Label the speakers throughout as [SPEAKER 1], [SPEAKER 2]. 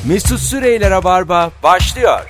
[SPEAKER 1] Mesut Süreyler'e Barba başlıyor.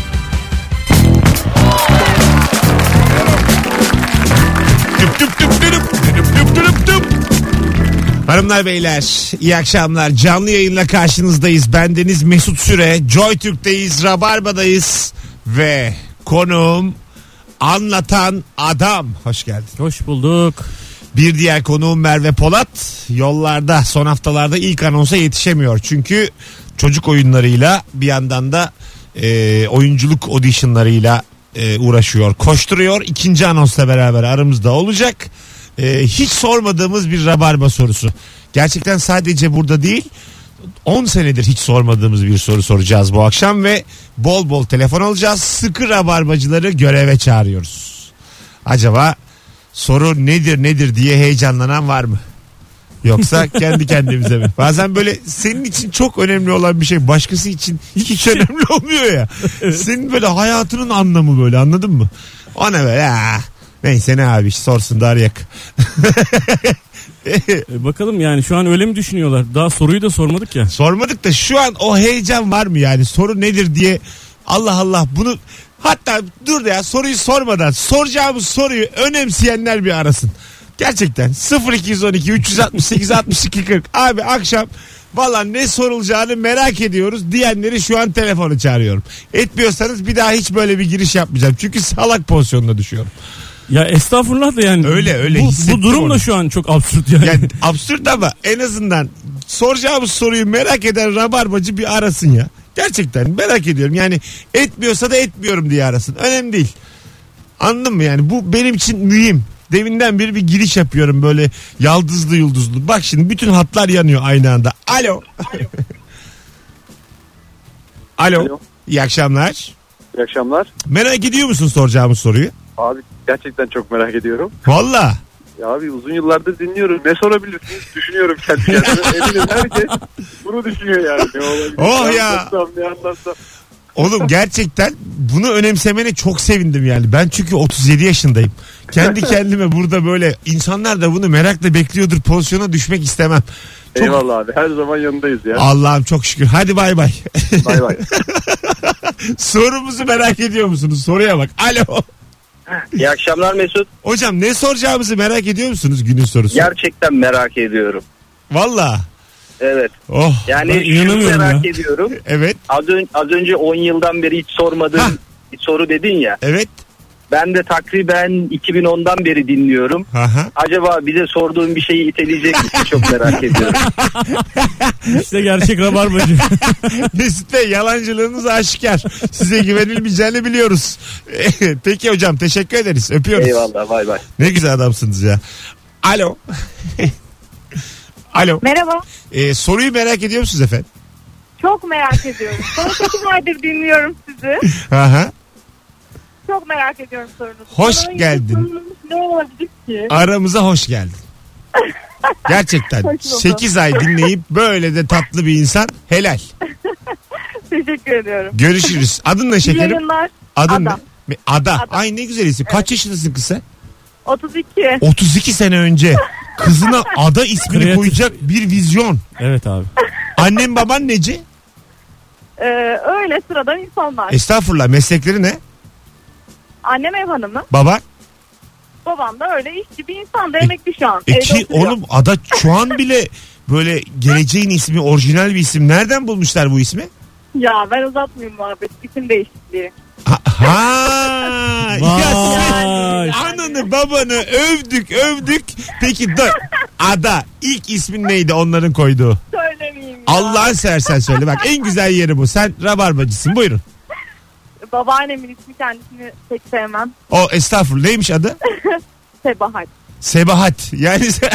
[SPEAKER 2] Hanımlar beyler iyi akşamlar, canlı yayınla karşınızdayız. Bendeniz Mesut Süre, Joy Türk'teyiz, Rabarba'dayız ve konuğum anlatan adam. Hoş geldin.
[SPEAKER 3] Hoş bulduk.
[SPEAKER 2] Bir diğer konuğum Merve Polat yollarda, son haftalarda ilk anonsa yetişemiyor. Çünkü çocuk oyunlarıyla bir yandan da oyunculuk auditionlarıyla uğraşıyor, koşturuyor. İkinci anonsla beraber aramızda olacak. Hiç sormadığımız bir Rabarba sorusu. Gerçekten sadece burada değil, 10 senedir hiç sormadığımız bir soru soracağız bu akşam ve bol bol telefon alacağız. Sıkı Rabarbacıları göreve çağırıyoruz. Acaba soru nedir diye heyecanlanan var mı? Yoksa kendi kendimize mi? Bazen böyle senin için çok önemli olan bir şey başkası için hiç önemli olmuyor ya. Senin böyle hayatının anlamı böyle, anladın mı? Ona böyle neyse ne abi, sorsun da arayak.
[SPEAKER 3] Bakalım yani şu an öyle mi düşünüyorlar? Daha soruyu da sormadık ya.
[SPEAKER 2] Sormadık da şu an o heyecan var mı yani? Soru nedir diye, Allah Allah, bunu hatta dur ya, soruyu sormadan soracağımız soruyu önemseyenler bir arasın. Gerçekten 0212 368 62 40 abi, akşam valla ne sorulacağını merak ediyoruz diyenleri şu an telefonu çağırıyorum. Etmiyorsanız bir daha hiç böyle bir giriş yapmayacağım. Çünkü salak pozisyonuna düşüyorum.
[SPEAKER 3] Ya estağfurullah da yani.
[SPEAKER 2] Öyle
[SPEAKER 3] bu durum da şu an çok absürt yani.
[SPEAKER 2] Yani absürt ama en azından soracağımız soruyu merak eden Rabarbacı bir arasın ya. Gerçekten merak ediyorum. Yani etmiyorsa da etmiyorum diye arasın. Önemli değil. Anladın mı yani? Bu benim için mühim. Deminden beri bir giriş yapıyorum böyle yaldızlı yulduzlu. Bak şimdi bütün hatlar yanıyor aynı anda. Alo. Alo. İyi akşamlar.
[SPEAKER 4] İyi akşamlar.
[SPEAKER 2] Merak ediyor musun soracağımız soruyu?
[SPEAKER 4] Abi gerçekten çok merak ediyorum.
[SPEAKER 2] Valla.
[SPEAKER 4] Ya abi uzun yıllardır dinliyorum. Ne sorabilirsiniz? Düşünüyorum kendi kendime. Eminim herkes bunu düşünüyor yani. Ne olabilir?
[SPEAKER 2] Oh
[SPEAKER 4] ne
[SPEAKER 2] ya.
[SPEAKER 4] anlatsam.
[SPEAKER 2] Oğlum gerçekten bunu önemsemene çok sevindim yani. Ben çünkü 37 yaşındayım. Kendi kendime burada böyle insanlar da bunu merakla bekliyordur pozisyona düşmek istemem. Çok...
[SPEAKER 4] Eyvallah abi, her zaman yanındayız ya.
[SPEAKER 2] Allah'ım çok şükür. Hadi bay bay.
[SPEAKER 4] Bay bay.
[SPEAKER 2] Sorumuzu merak ediyor musunuz? Soruya bak. Alo.
[SPEAKER 5] İyi akşamlar Mesut.
[SPEAKER 2] Hocam ne soracağımızı merak ediyor musunuz günün sorusu?
[SPEAKER 5] Gerçekten merak ediyorum.
[SPEAKER 2] Valla.
[SPEAKER 5] Evet.
[SPEAKER 2] Oh.
[SPEAKER 5] Yani şunu merak ediyorum.
[SPEAKER 2] Evet.
[SPEAKER 5] Az önce 10 yıldan beri hiç sormadığım bir soru dedin ya.
[SPEAKER 2] Evet.
[SPEAKER 5] Ben de takriben 2010'dan beri dinliyorum.
[SPEAKER 2] Aha.
[SPEAKER 5] Acaba bize sorduğun bir şeyi iteleyecek misin? Çok merak ediyorum.
[SPEAKER 3] İşte gerçek Rabarbacı.
[SPEAKER 2] Mesut Bey, yalancılığınız aşikar. Size güvenilmeyeceğini biliyoruz. Peki hocam, teşekkür ederiz. Öpüyoruz.
[SPEAKER 5] Eyvallah, bay bay.
[SPEAKER 2] Ne güzel adamsınız ya. Alo. Alo.
[SPEAKER 6] Merhaba.
[SPEAKER 2] Soruyu merak ediyor musunuz efendim?
[SPEAKER 6] Çok merak ediyorum. Son 8 aydır dinliyorum sizi.
[SPEAKER 2] Aha.
[SPEAKER 6] Çok merak ediyorum sorunuzu.
[SPEAKER 2] Hoş geldin.
[SPEAKER 6] Ne olabilir ki?
[SPEAKER 2] Aramıza hoş geldin. Gerçekten 8 ay dinleyip böyle de tatlı bir insan, helal.
[SPEAKER 6] Teşekkür ediyorum.
[SPEAKER 2] Görüşürüz. Adın ne şekerim?
[SPEAKER 6] Yayınlar.
[SPEAKER 2] Adın
[SPEAKER 6] Ada.
[SPEAKER 2] ne? Ada. Ay ne güzel isim. Kaç yaşındasın kız sen?
[SPEAKER 6] 32.
[SPEAKER 2] 32 sene önce kızına Ada ismini koyacak bir vizyon.
[SPEAKER 3] Evet abi.
[SPEAKER 2] Annen baban neci?
[SPEAKER 6] Öyle sıradan insanlar.
[SPEAKER 2] Estağfurullah, meslekleri ne?
[SPEAKER 6] Annem ev hanımı.
[SPEAKER 2] Baba?
[SPEAKER 6] Babam da öyle işçi bir insan da emekli şu an.
[SPEAKER 2] Ki oğlum Ada şu an bile böyle geleceğin ismi, orijinal bir isim. Nereden bulmuşlar bu ismi?
[SPEAKER 6] Ya ben uzatmayayım muhabbet. İsim değişikliği.
[SPEAKER 3] Vay.
[SPEAKER 2] Ananı babanı övdük. Peki Ada ilk ismin neydi onların koyduğu?
[SPEAKER 6] Söylemeyeyim ya.
[SPEAKER 2] Allah'ın seversen söyle, bak en güzel yeri bu. Sen Rabarbacısın, buyurun.
[SPEAKER 6] Babaannemin ismi, kendisini pek sevmem.
[SPEAKER 2] O estağfurullah, neymiş adı?
[SPEAKER 6] Sebahat.
[SPEAKER 2] Sebahat. Yani sen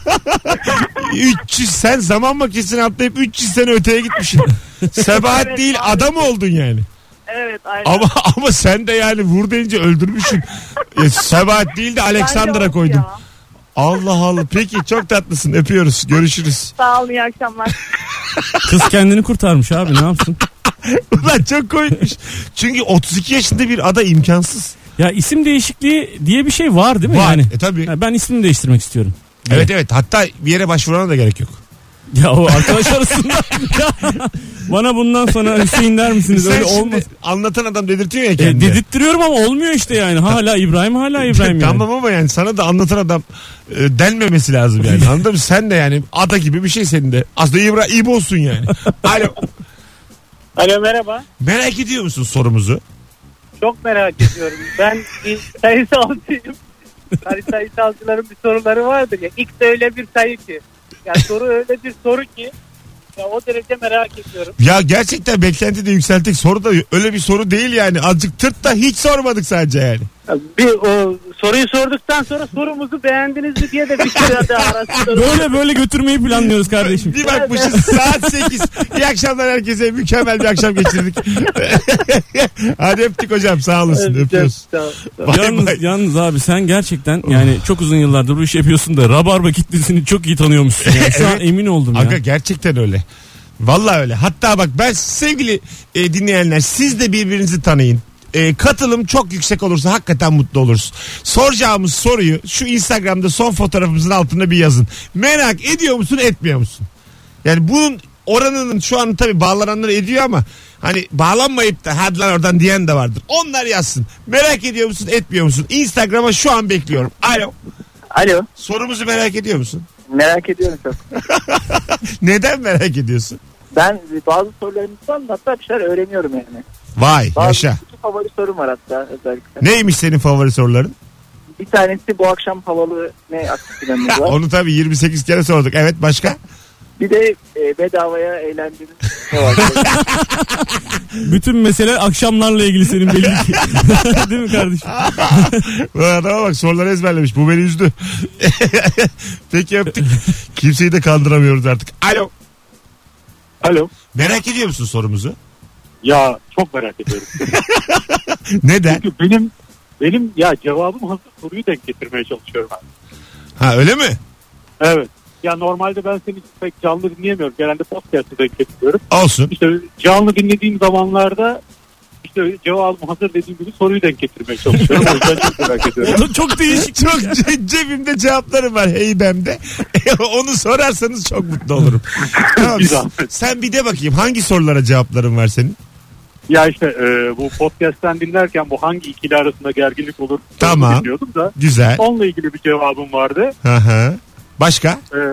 [SPEAKER 2] 300 sen zaman makinesine atlayıp 300 sene öteye gitmişsin. Sebahat
[SPEAKER 6] Evet,
[SPEAKER 2] değil,
[SPEAKER 6] abi.
[SPEAKER 2] adam oldun yani.
[SPEAKER 6] Evet aynen.
[SPEAKER 2] Ama sen de yani vur deyince öldürmüşsün. Sebahat değil de Alexandra koydum.
[SPEAKER 6] Ya.
[SPEAKER 2] Allah Allah. Peki çok tatlısın. Öpüyoruz. Görüşürüz.
[SPEAKER 6] Sağ olun, iyi akşamlar.
[SPEAKER 3] Kız kendini kurtarmış abi, ne yapsın?
[SPEAKER 2] Ulan çok koymuş. Çünkü 32 yaşında bir ada imkansız.
[SPEAKER 3] Ya isim değişikliği diye bir şey var değil mi?
[SPEAKER 2] Var.
[SPEAKER 3] Yani?
[SPEAKER 2] Tabii.
[SPEAKER 3] Ya ben ismimi değiştirmek istiyorum.
[SPEAKER 2] Evet. Hatta bir yere başvurana da gerek yok.
[SPEAKER 3] Ya o arkadaş arasında bana bundan sonra Hüseyin der misiniz?
[SPEAKER 2] Sen
[SPEAKER 3] Öyle
[SPEAKER 2] şimdi
[SPEAKER 3] olmaz.
[SPEAKER 2] anlatan adam dedirtiyor ya kendine.
[SPEAKER 3] Dedirttiriyorum ama olmuyor işte yani. Hala İbrahim yani.
[SPEAKER 2] Tamam ama yani sana da anlatan adam denmemesi lazım yani. Anladın mı? Sen de yani ada gibi bir şey senin de. Aslında İbo olsun yani. Alo.
[SPEAKER 7] Alo merhaba.
[SPEAKER 2] Merak ediyor musun sorumuzu?
[SPEAKER 7] Çok merak ediyorum. Ben bir sayısalcıyım. Hani sayısalcıların bir soruları vardır ya. X öyle bir sayı ki. Ya soru öyle bir soru ki. Ya o derece merak ediyorum.
[SPEAKER 2] Ya gerçekten beklenti de yükselttik. Soru da öyle bir soru değil yani. Azıcık tırt da hiç sormadık sadece yani.
[SPEAKER 7] Bir o soruyu sorduktan sonra sorumuzu beğendiniz mi diye de bir kere daha arasında.
[SPEAKER 3] Böyle götürmeyi planlıyoruz kardeşim.
[SPEAKER 2] Bir bakmışız saat 8. İyi akşamlar herkese. Mükemmel bir akşam geçirdik. Hadi öptük hocam. Sağ olasın. Öpüyoruz.
[SPEAKER 3] Yalnız abi sen gerçekten yani çok uzun yıllardır bu işi yapıyorsun da Rabarba kitlesini çok iyi tanıyormuşsun. Yani. Şu an emin oldum ya.
[SPEAKER 2] Aga gerçekten öyle. Vallahi öyle. Hatta bak ben sevgili dinleyenler siz de birbirinizi tanıyın. Katılım çok yüksek olursa hakikaten mutlu oluruz. Soracağımız soruyu şu Instagram'da son fotoğrafımızın altına bir yazın. Merak ediyor musun, etmiyor musun? Yani bunun oranının şu an tabii bağlananlar ediyor ama hani bağlanmayıp da hadi lan oradan diyen de vardır. Onlar yazsın. Merak ediyor musun, etmiyor musun? Instagram'a şu an bekliyorum. Alo.
[SPEAKER 5] Alo.
[SPEAKER 2] Sorumuzu merak ediyor musun?
[SPEAKER 5] Merak ediyorum çok.
[SPEAKER 2] Neden merak ediyorsun?
[SPEAKER 5] Ben bazı sorularımızdan hatta bir şeyler öğreniyorum yani.
[SPEAKER 2] Vay yaşa.
[SPEAKER 5] Bazı favori sorum var hatta özellikle.
[SPEAKER 2] Neymiş senin favori soruların?
[SPEAKER 5] Bir tanesi bu akşam havalı ne aktivitelerimiz var.
[SPEAKER 2] Onu tabii 28 kere sorduk. Evet başka?
[SPEAKER 5] Bir de bedavaya eğlendiğimiz ne var?
[SPEAKER 3] Bütün mesele akşamlarla ilgili senin belli ki. Değil mi kardeşim?
[SPEAKER 2] Bu adama bak soruları ezberlemiş. Bu beni üzdü. Peki öptük. Kimseyi de kandıramıyoruz artık. Alo.
[SPEAKER 4] Alo.
[SPEAKER 2] Merak ediyor musun sorumuzu?
[SPEAKER 4] Ya çok merak ediyorum.
[SPEAKER 2] Neden?
[SPEAKER 4] Çünkü benim ya cevabım hazır soruyu denk getirmeye çalışıyorum abi.
[SPEAKER 2] Ha öyle mi?
[SPEAKER 4] Evet. Ya normalde ben seni pek canlı dinleyemiyorum. Genelde podcast'ı denk getiriyorum.
[SPEAKER 2] Olsun.
[SPEAKER 4] İşte canlı dinlediğim zamanlarda işte cevabım hazır dediğim gibi soruyu denk getirmeye çalışıyorum. O yüzden çok merak ediyorum.
[SPEAKER 3] Çok değişik.
[SPEAKER 2] Çok cebimde cevaplarım var Heybem'de. Onu sorarsanız çok mutlu olurum. Tamam, sen bir de bakayım hangi sorulara cevapların var senin?
[SPEAKER 4] Ya işte bu podcast'ten dinlerken bu hangi ikili arasında gerginlik olur?
[SPEAKER 2] Tamam.
[SPEAKER 4] Dinliyordum da.
[SPEAKER 2] Güzel.
[SPEAKER 4] Onunla ilgili bir cevabım vardı.
[SPEAKER 2] Hı. Başka?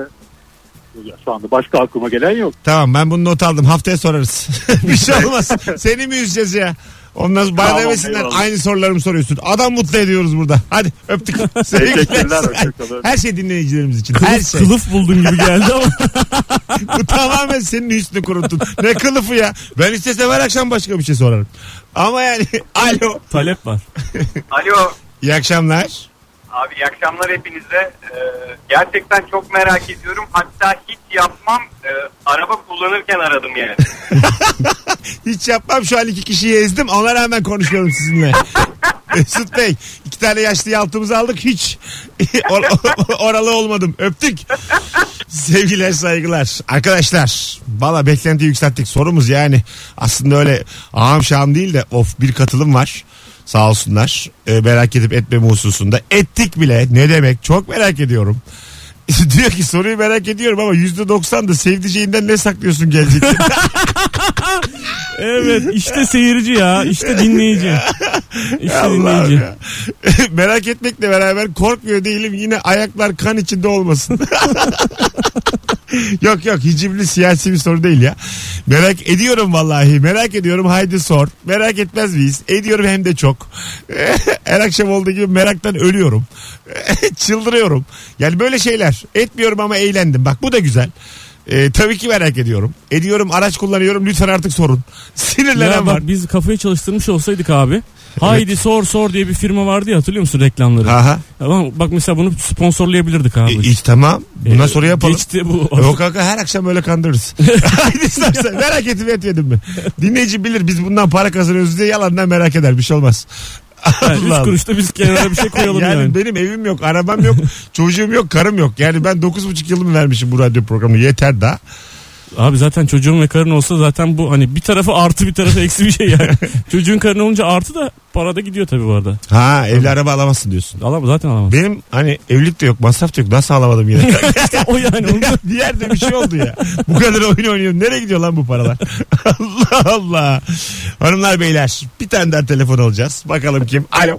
[SPEAKER 4] Ya şu anda başka aklıma gelen yok.
[SPEAKER 2] Tamam ben bunu not aldım. Haftaya sorarız. Bir şey olmaz. Seni mi üzeceğiz ya? Ondan sonra bana demesinler aynı sorularımı soruyorsun. Adam mutlu ediyoruz burada. Hadi öptük.
[SPEAKER 4] Teşekkürler.
[SPEAKER 2] Her şey dinleyicilerimiz için. Her şey.
[SPEAKER 3] Kılıf buldun gibi geldi ama.
[SPEAKER 2] Bu tamamen senin üstünü kuruttun. Ne kılıfı ya? Ben istesem her akşam başka bir şey sorarım. Ama yani alo.
[SPEAKER 3] Talep var.
[SPEAKER 8] Alo.
[SPEAKER 2] İyi akşamlar.
[SPEAKER 8] Abi iyi akşamlar hepinize. Gerçekten çok merak ediyorum. Hatta hiç yapmam. Araba kullanırken aradım yani.
[SPEAKER 2] Hiç yapmam, şu an 2 kişiyi ezdim. Ona rağmen konuşuyorum sizinle. Mesut Bey 2 tane yaşlıyı altımıza aldık. Hiç oralı olmadım. Öptük. Sevgiler saygılar. Arkadaşlar valla beklenti yükselttik. Sorumuz yani aslında öyle ağam şahım değil de bir katılım var. Sağ olsunlar. Merak edip etmeme hususunda. Ettik bile. Ne demek? Çok merak ediyorum. Diyor ki soruyu merak ediyorum ama %90 da sevdiceğinden ne saklıyorsun gelecekte?
[SPEAKER 3] Evet işte seyirci ya. İşte dinleyici. İşte dinleyici.
[SPEAKER 2] Ya. Merak etmekle beraber korkmuyor değilim. Yine ayaklar kan içinde olmasın. Yok hicivli siyasi bir soru değil ya. Merak ediyorum vallahi. Merak ediyorum, haydi sor. Merak etmez miyiz? Ediyorum hem de çok. Her akşam olduğu gibi meraktan ölüyorum. Çıldırıyorum. Yani böyle şeyler. Etmiyorum ama eğlendim. Bak bu da güzel. Tabii ki merak ediyorum. Ediyorum, araç kullanıyorum. Lütfen artık sorun. Sinirlenen var.
[SPEAKER 3] Biz kafayı çalıştırmış olsaydık abi. Haydi evet. Sor diye bir firma vardı ya, hatırlıyor musun reklamları?
[SPEAKER 2] Aha.
[SPEAKER 3] Bak mesela bunu sponsorlayabilirdik abi.
[SPEAKER 2] Tamam. Buna soru yapalım.
[SPEAKER 3] Geçti bu.
[SPEAKER 2] Yok kanka, her akşam öyle kandırırız. Haydi sorsan. Merak etmedim mi? Dinleyici bilir biz bundan para kazanıyoruz diye yalandan merak eder. Bir şey olmaz.
[SPEAKER 3] Yani 3 kuruşta biz kenara bir şey koyalım yani.
[SPEAKER 2] Benim evim yok, arabam yok, çocuğum yok, karım yok. Yani ben 9,5 yılımı vermişim bu radyo programına. Yeter daha.
[SPEAKER 3] Abi zaten çocuğun ve karın olsa zaten bu hani bir tarafı artı bir tarafı eksi bir şey yani. Çocuğun karın olunca artı da para da gidiyor tabii bu arada.
[SPEAKER 2] Ha, evli araba alamazsın diyorsun.
[SPEAKER 3] Zaten alamaz.
[SPEAKER 2] Benim hani evlilik de yok, masraf da yok. Nasıl alamadım yine?
[SPEAKER 3] O yani onu da-
[SPEAKER 2] Bir yerde bir şey oldu ya. Bu kadar oyun oynuyorum. Nereye gidiyor lan bu paralar? Allah Allah. Hanımlar beyler, bir tane daha telefon alacağız. Bakalım kim? Alo.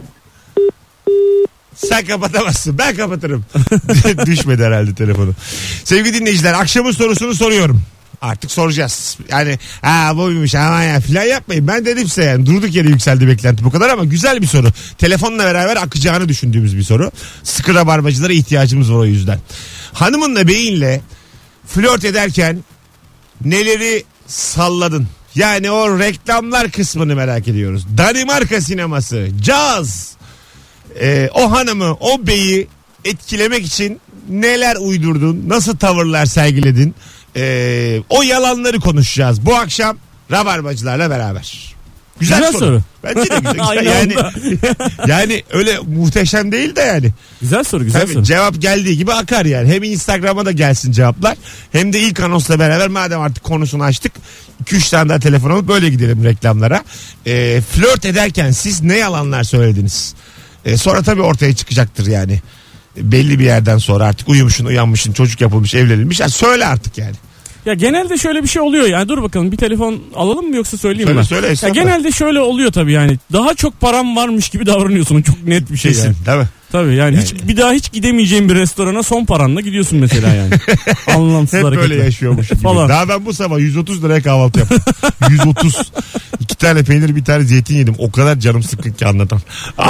[SPEAKER 2] Sen kapatamazsın. Ben kapatırım. Düşmedi herhalde telefonu. Sevgili dinleyiciler, akşamın sorusunu soruyorum. Artık soracağız. Yani buymuş aman ya filan yapmayın. Ben dedim size yani, durduk yere yükseldi beklenti bu kadar ama güzel bir soru. Telefonla beraber akacağını düşündüğümüz bir soru. Sıkı rabarbacılara ihtiyacımız var o yüzden. Hanımınla beyinle flört ederken neleri salladın? Yani o reklamlar kısmını merak ediyoruz. Danimarka sineması, caz. O hanımı, o beyi etkilemek için neler uydurdun? Nasıl tavırlar sergiledin? O yalanları konuşacağız bu akşam rabarbacılarla beraber. Güzel soru. Bence de güzel.
[SPEAKER 3] Aynı
[SPEAKER 2] yani,
[SPEAKER 3] anda.
[SPEAKER 2] yani öyle muhteşem değil de yani.
[SPEAKER 3] Güzel soru.
[SPEAKER 2] Tabii, cevap geldiği gibi akar yani. Hem Instagram'a da gelsin cevaplar. Hem de ilk anonsla beraber madem artık konusunu açtık. 2-3 tane daha telefon alıp böyle gidelim reklamlara. Flört ederken siz ne yalanlar söylediniz? Sonra tabii ortaya çıkacaktır yani. Belli bir yerden sonra artık uyumuşsun, uyanmışsın, çocuk yapılmış, evlenilmiş. Yani söyle artık yani.
[SPEAKER 3] Ya genelde şöyle bir şey oluyor yani, dur bakalım bir telefon alalım mı yoksa söyleyeyim mi?
[SPEAKER 2] Söyle.
[SPEAKER 3] Ya genelde şöyle oluyor tabii yani, daha çok param varmış gibi davranıyorsun, çok net bir şey
[SPEAKER 2] Kesin,
[SPEAKER 3] yani.
[SPEAKER 2] değil mi?
[SPEAKER 3] Tabii yani hiç bir daha hiç gidemeyeceğin bir restorana son paranla gidiyorsun mesela yani. Anlamsız
[SPEAKER 2] Hep
[SPEAKER 3] hareketler.
[SPEAKER 2] böyle yaşıyormuş gibi.
[SPEAKER 3] Falan.
[SPEAKER 2] Daha ben bu sabah 130 liraya kahvaltı yaptım. 130. 2 tane peynir, bir tane zeytin yedim. O kadar canım sıkkın ki anlatan.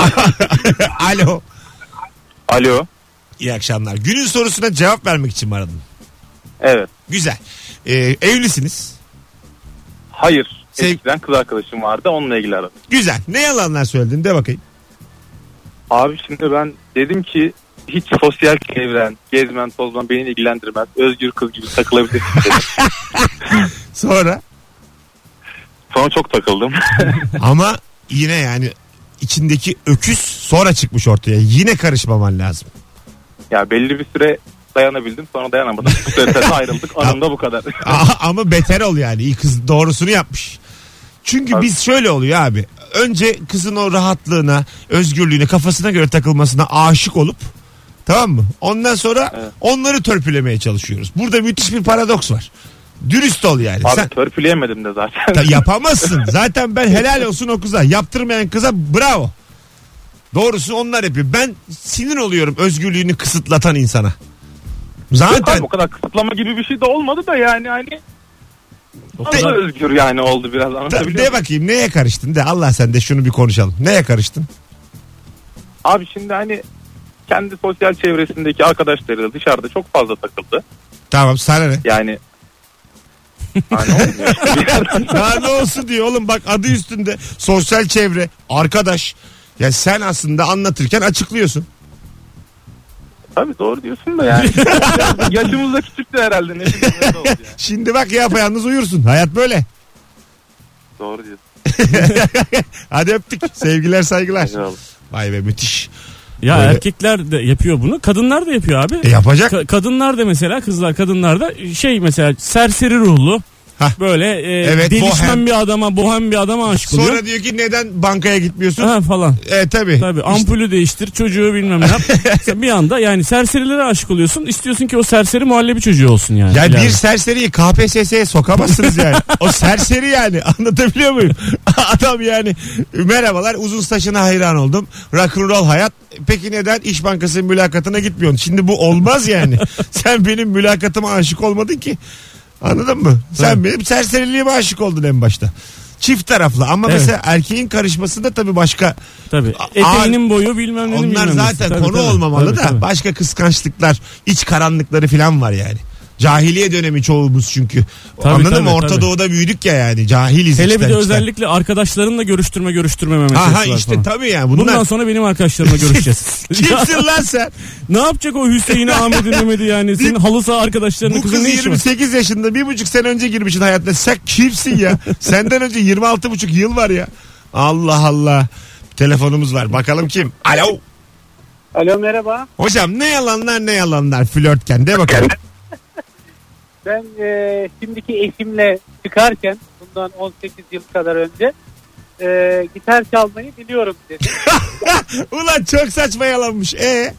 [SPEAKER 2] Alo.
[SPEAKER 8] Alo.
[SPEAKER 2] İyi akşamlar. Günün sorusuna cevap vermek için mi aradın?
[SPEAKER 8] Evet.
[SPEAKER 2] Güzel. Evlisiniz.
[SPEAKER 8] Hayır. Eskiden kız arkadaşım vardı, onunla ilgili aradım.
[SPEAKER 2] Güzel. Ne yalanlar söyledin de bakayım.
[SPEAKER 8] Abi şimdi ben dedim ki hiç sosyal çevren, gezmen, tozman beni ilgilendirmez. Özgür kız gibi takılabilirsin dedim.
[SPEAKER 2] Sonra?
[SPEAKER 8] Sonra çok takıldım.
[SPEAKER 2] Ama yine yani içindeki öküz sonra çıkmış ortaya. Yine karışmaman lazım.
[SPEAKER 8] Ya belli bir süre dayanabildim, sonra dayanamadım. Bu süre ayrıldık. Anımda bu kadar.
[SPEAKER 2] Ama beter ol yani. İyi, kız doğrusunu yapmış. Çünkü
[SPEAKER 8] Abi.
[SPEAKER 2] biz şöyle oluyor abi. Önce kızın o rahatlığına, özgürlüğüne, kafasına göre takılmasına aşık olup, tamam mı? Ondan sonra onları törpülemeye çalışıyoruz. Burada müthiş bir paradoks var. Dürüst ol yani.
[SPEAKER 8] Abi
[SPEAKER 2] Sen
[SPEAKER 8] törpüleyemedim de zaten.
[SPEAKER 2] yapamazsın. Zaten ben helal olsun o kıza. Yaptırmayan kıza bravo. Doğrusu onlar yapıyor. Ben sinir oluyorum özgürlüğünü kısıtlatan insana. Zaten
[SPEAKER 8] Abi, o kadar kısıtlama gibi bir şey de olmadı da yani hani fazla özgür yani oldu biraz, anlatabiliyor
[SPEAKER 2] de
[SPEAKER 8] muyum?
[SPEAKER 2] bakayım neye karıştın de, Allah sen de şunu bir konuşalım. Neye karıştın?
[SPEAKER 8] Abi şimdi hani kendi sosyal çevresindeki arkadaşları dışarıda çok fazla takıldı.
[SPEAKER 2] Tamam, sana ne?
[SPEAKER 8] Yani hani olmuyor işte bir yerden.
[SPEAKER 2] Daha ne olsun diyor oğlum, bak adı üstünde sosyal çevre, arkadaş. Ya sen aslında anlatırken açıklıyorsun.
[SPEAKER 8] Tabii doğru diyorsun da yani. Yaşımızda küçüktü herhalde. Ne bileyim, öyle oldu yani.
[SPEAKER 2] Şimdi bak yapayalnız uyursun. Hayat böyle.
[SPEAKER 8] Doğru diyorsun.
[SPEAKER 2] Hadi öptük. Sevgiler, saygılar.
[SPEAKER 8] Eyvallah.
[SPEAKER 2] Vay be, müthiş.
[SPEAKER 3] Ya
[SPEAKER 2] Böyle-
[SPEAKER 3] erkekler de yapıyor bunu, kadınlar da yapıyor abi.
[SPEAKER 2] Yapacak.
[SPEAKER 3] Kadınlar da mesela, kadınlar da mesela serseri ruhlu.
[SPEAKER 2] Hah.
[SPEAKER 3] Böyle
[SPEAKER 2] Evet,
[SPEAKER 3] delişmen
[SPEAKER 2] bohem.
[SPEAKER 3] bir adama, bohem bir adama aşık oluyor.
[SPEAKER 2] Sonra diyor ki neden bankaya gitmiyorsun?
[SPEAKER 3] Ha falan.
[SPEAKER 2] Tabii.
[SPEAKER 3] Tabii ampulü değiştir, çocuğu bilmem ne yap. Sen bir anda yani serserilere aşık oluyorsun. İstiyorsun ki o serseri muhallebi çocuğu olsun yani.
[SPEAKER 2] Ya
[SPEAKER 3] İleride.
[SPEAKER 2] bir serseriyi KPSS'ye sokamazsınız yani. O serseri yani. Anlatabiliyor muyum? Adam yani merhabalar, uzun saçına hayran oldum. Rock'n'roll hayat. Peki neden İş Bankası mülakatına gitmiyorsun? Şimdi bu olmaz yani. Sen benim mülakatıma aşık olmadın ki. Anladın mı? Sen benim serseriliğime aşık oldun en başta. Çift taraflı ama
[SPEAKER 3] Evet.
[SPEAKER 2] mesela erkeğin karışması da tabii başka.
[SPEAKER 3] Tabii. Eteğinin boyu bilmem nenin
[SPEAKER 2] Onlar
[SPEAKER 3] bilmem nesi.
[SPEAKER 2] zaten
[SPEAKER 3] Tabii,
[SPEAKER 2] konu
[SPEAKER 3] tabii.
[SPEAKER 2] olmamalı
[SPEAKER 3] Tabii,
[SPEAKER 2] da
[SPEAKER 3] tabii.
[SPEAKER 2] başka kıskançlıklar, iç karanlıkları falan var yani. Cahiliye dönemi çoğumuz çünkü.
[SPEAKER 3] Tabii,
[SPEAKER 2] Anladın
[SPEAKER 3] tabii,
[SPEAKER 2] mı? Orta
[SPEAKER 3] tabii.
[SPEAKER 2] Doğu'da büyüdük ya yani. Cahiliz.
[SPEAKER 3] Hele bir
[SPEAKER 2] içten
[SPEAKER 3] de
[SPEAKER 2] içten.
[SPEAKER 3] özellikle arkadaşlarınla görüştürmeme meselesi
[SPEAKER 2] Aha
[SPEAKER 3] var
[SPEAKER 2] işte
[SPEAKER 3] falan.
[SPEAKER 2] tabii yani. Bunlar...
[SPEAKER 3] Bundan sonra benim arkadaşlarımla görüşeceğiz.
[SPEAKER 2] Kimsin lan sen?
[SPEAKER 3] Ne yapacak o Hüseyin'i, Ahmet'i, Mehmet'i yani? Senin halı saha arkadaşlarının
[SPEAKER 2] Bu
[SPEAKER 3] kızın
[SPEAKER 2] kız
[SPEAKER 3] ne işi var?
[SPEAKER 2] 28 yaşında, 1,5 sene önce girmişsin hayatına. Sen kimsin ya? Senden önce 26,5 yıl var ya. Allah Allah. Telefonumuz var. Bakalım kim? Alo.
[SPEAKER 7] Alo, merhaba.
[SPEAKER 2] Hocam ne yalanlar flörtken de bakalım.
[SPEAKER 7] Ben şimdiki eşimle çıkarken bundan 18 yıl kadar önce gitar çalmayı biliyorum dedi.
[SPEAKER 2] Ulan çok saçma yalanmış.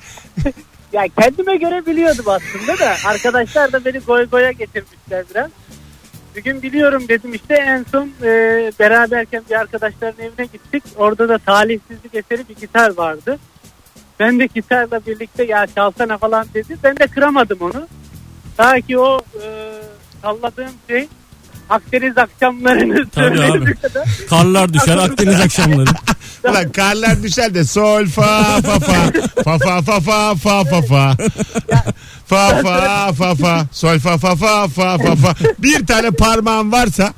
[SPEAKER 7] Ya kendime göre biliyordum aslında da arkadaşlar da beni goy goya getirmişler biraz. Bir gün biliyorum dedim işte en son beraberken bir arkadaşların evine gittik. Orada da talihsizlik eseri bir gitar vardı. Ben de gitarla birlikte ya çalsana falan dedi. Ben de kıramadım onu. Ta ki o salladığım şey Akdeniz akşamlarını söylediğim kadar.
[SPEAKER 3] Karlar düşer Akdeniz akşamları.
[SPEAKER 2] Ulan karlar düşer de sol fa fa fa fa fa fa fa fa fa fa fa fa fa fa sol fa fa fa fa fa fa. Bir tane parmağın varsa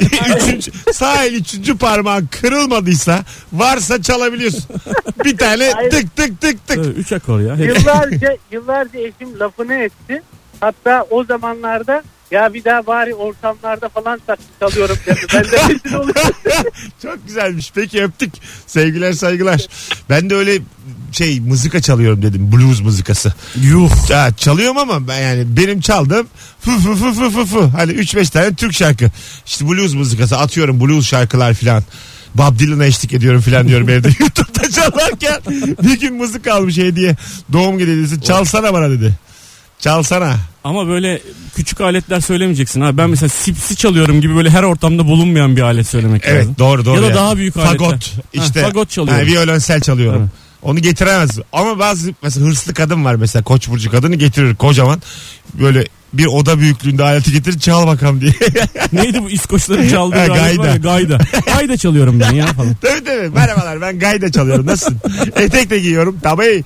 [SPEAKER 2] sağ el 3. parmağın kırılmadıysa varsa çalabiliyorsun. Bir tane tık tık tık tık.
[SPEAKER 3] 3 akor ya.
[SPEAKER 7] Yıllarca eşim lafını etti. Hatta o zamanlarda ya bir daha bari ortamlarda falan çalıyorum dedi. Ben de rezil oluyorum.
[SPEAKER 2] Çok güzelmiş. Peki öptük. Sevgiler saygılar. Ben de öyle mızıka çalıyorum dedim. Blues mızıkası.
[SPEAKER 3] Yuh.
[SPEAKER 2] Çalıyorum ama ben yani benim çaldığım fı. Hani 3-5 tane Türk şarkı. İşte blues mızıkası atıyorum. Blues şarkılar filan. Bob Dylan'a eşlik ediyorum filan diyorum evde. YouTube'da çalarken bir gün mızık almış hediye. Doğum günü hediyesi. Çalsana bana dedi. Çalsana.
[SPEAKER 3] Ama böyle küçük aletler söylemeyeceksin. Ha ben mesela sipsi çalıyorum gibi böyle her ortamda bulunmayan bir alet söylemek lazım.
[SPEAKER 2] Evet doğru.
[SPEAKER 3] Ya da
[SPEAKER 2] yani.
[SPEAKER 3] daha büyük aletler.
[SPEAKER 2] Fagot. İşte.
[SPEAKER 3] Fagot çalıyorum.
[SPEAKER 2] Violonsel çalıyorum. Evet. Onu getiremez. Ama bazı mesela hırslı kadın var mesela Koç burcu kadını getirir kocaman. Böyle bir oda büyüklüğünde aleti getirir çal bakalım diye.
[SPEAKER 3] Neydi bu İskoçların çaldığı alet var ya, gayda. Gayda çalıyorum ben ya falan.
[SPEAKER 2] Tabii. Merhabalar ben gayda çalıyorum. Nasılsın? Etek de giyiyorum. Tabii.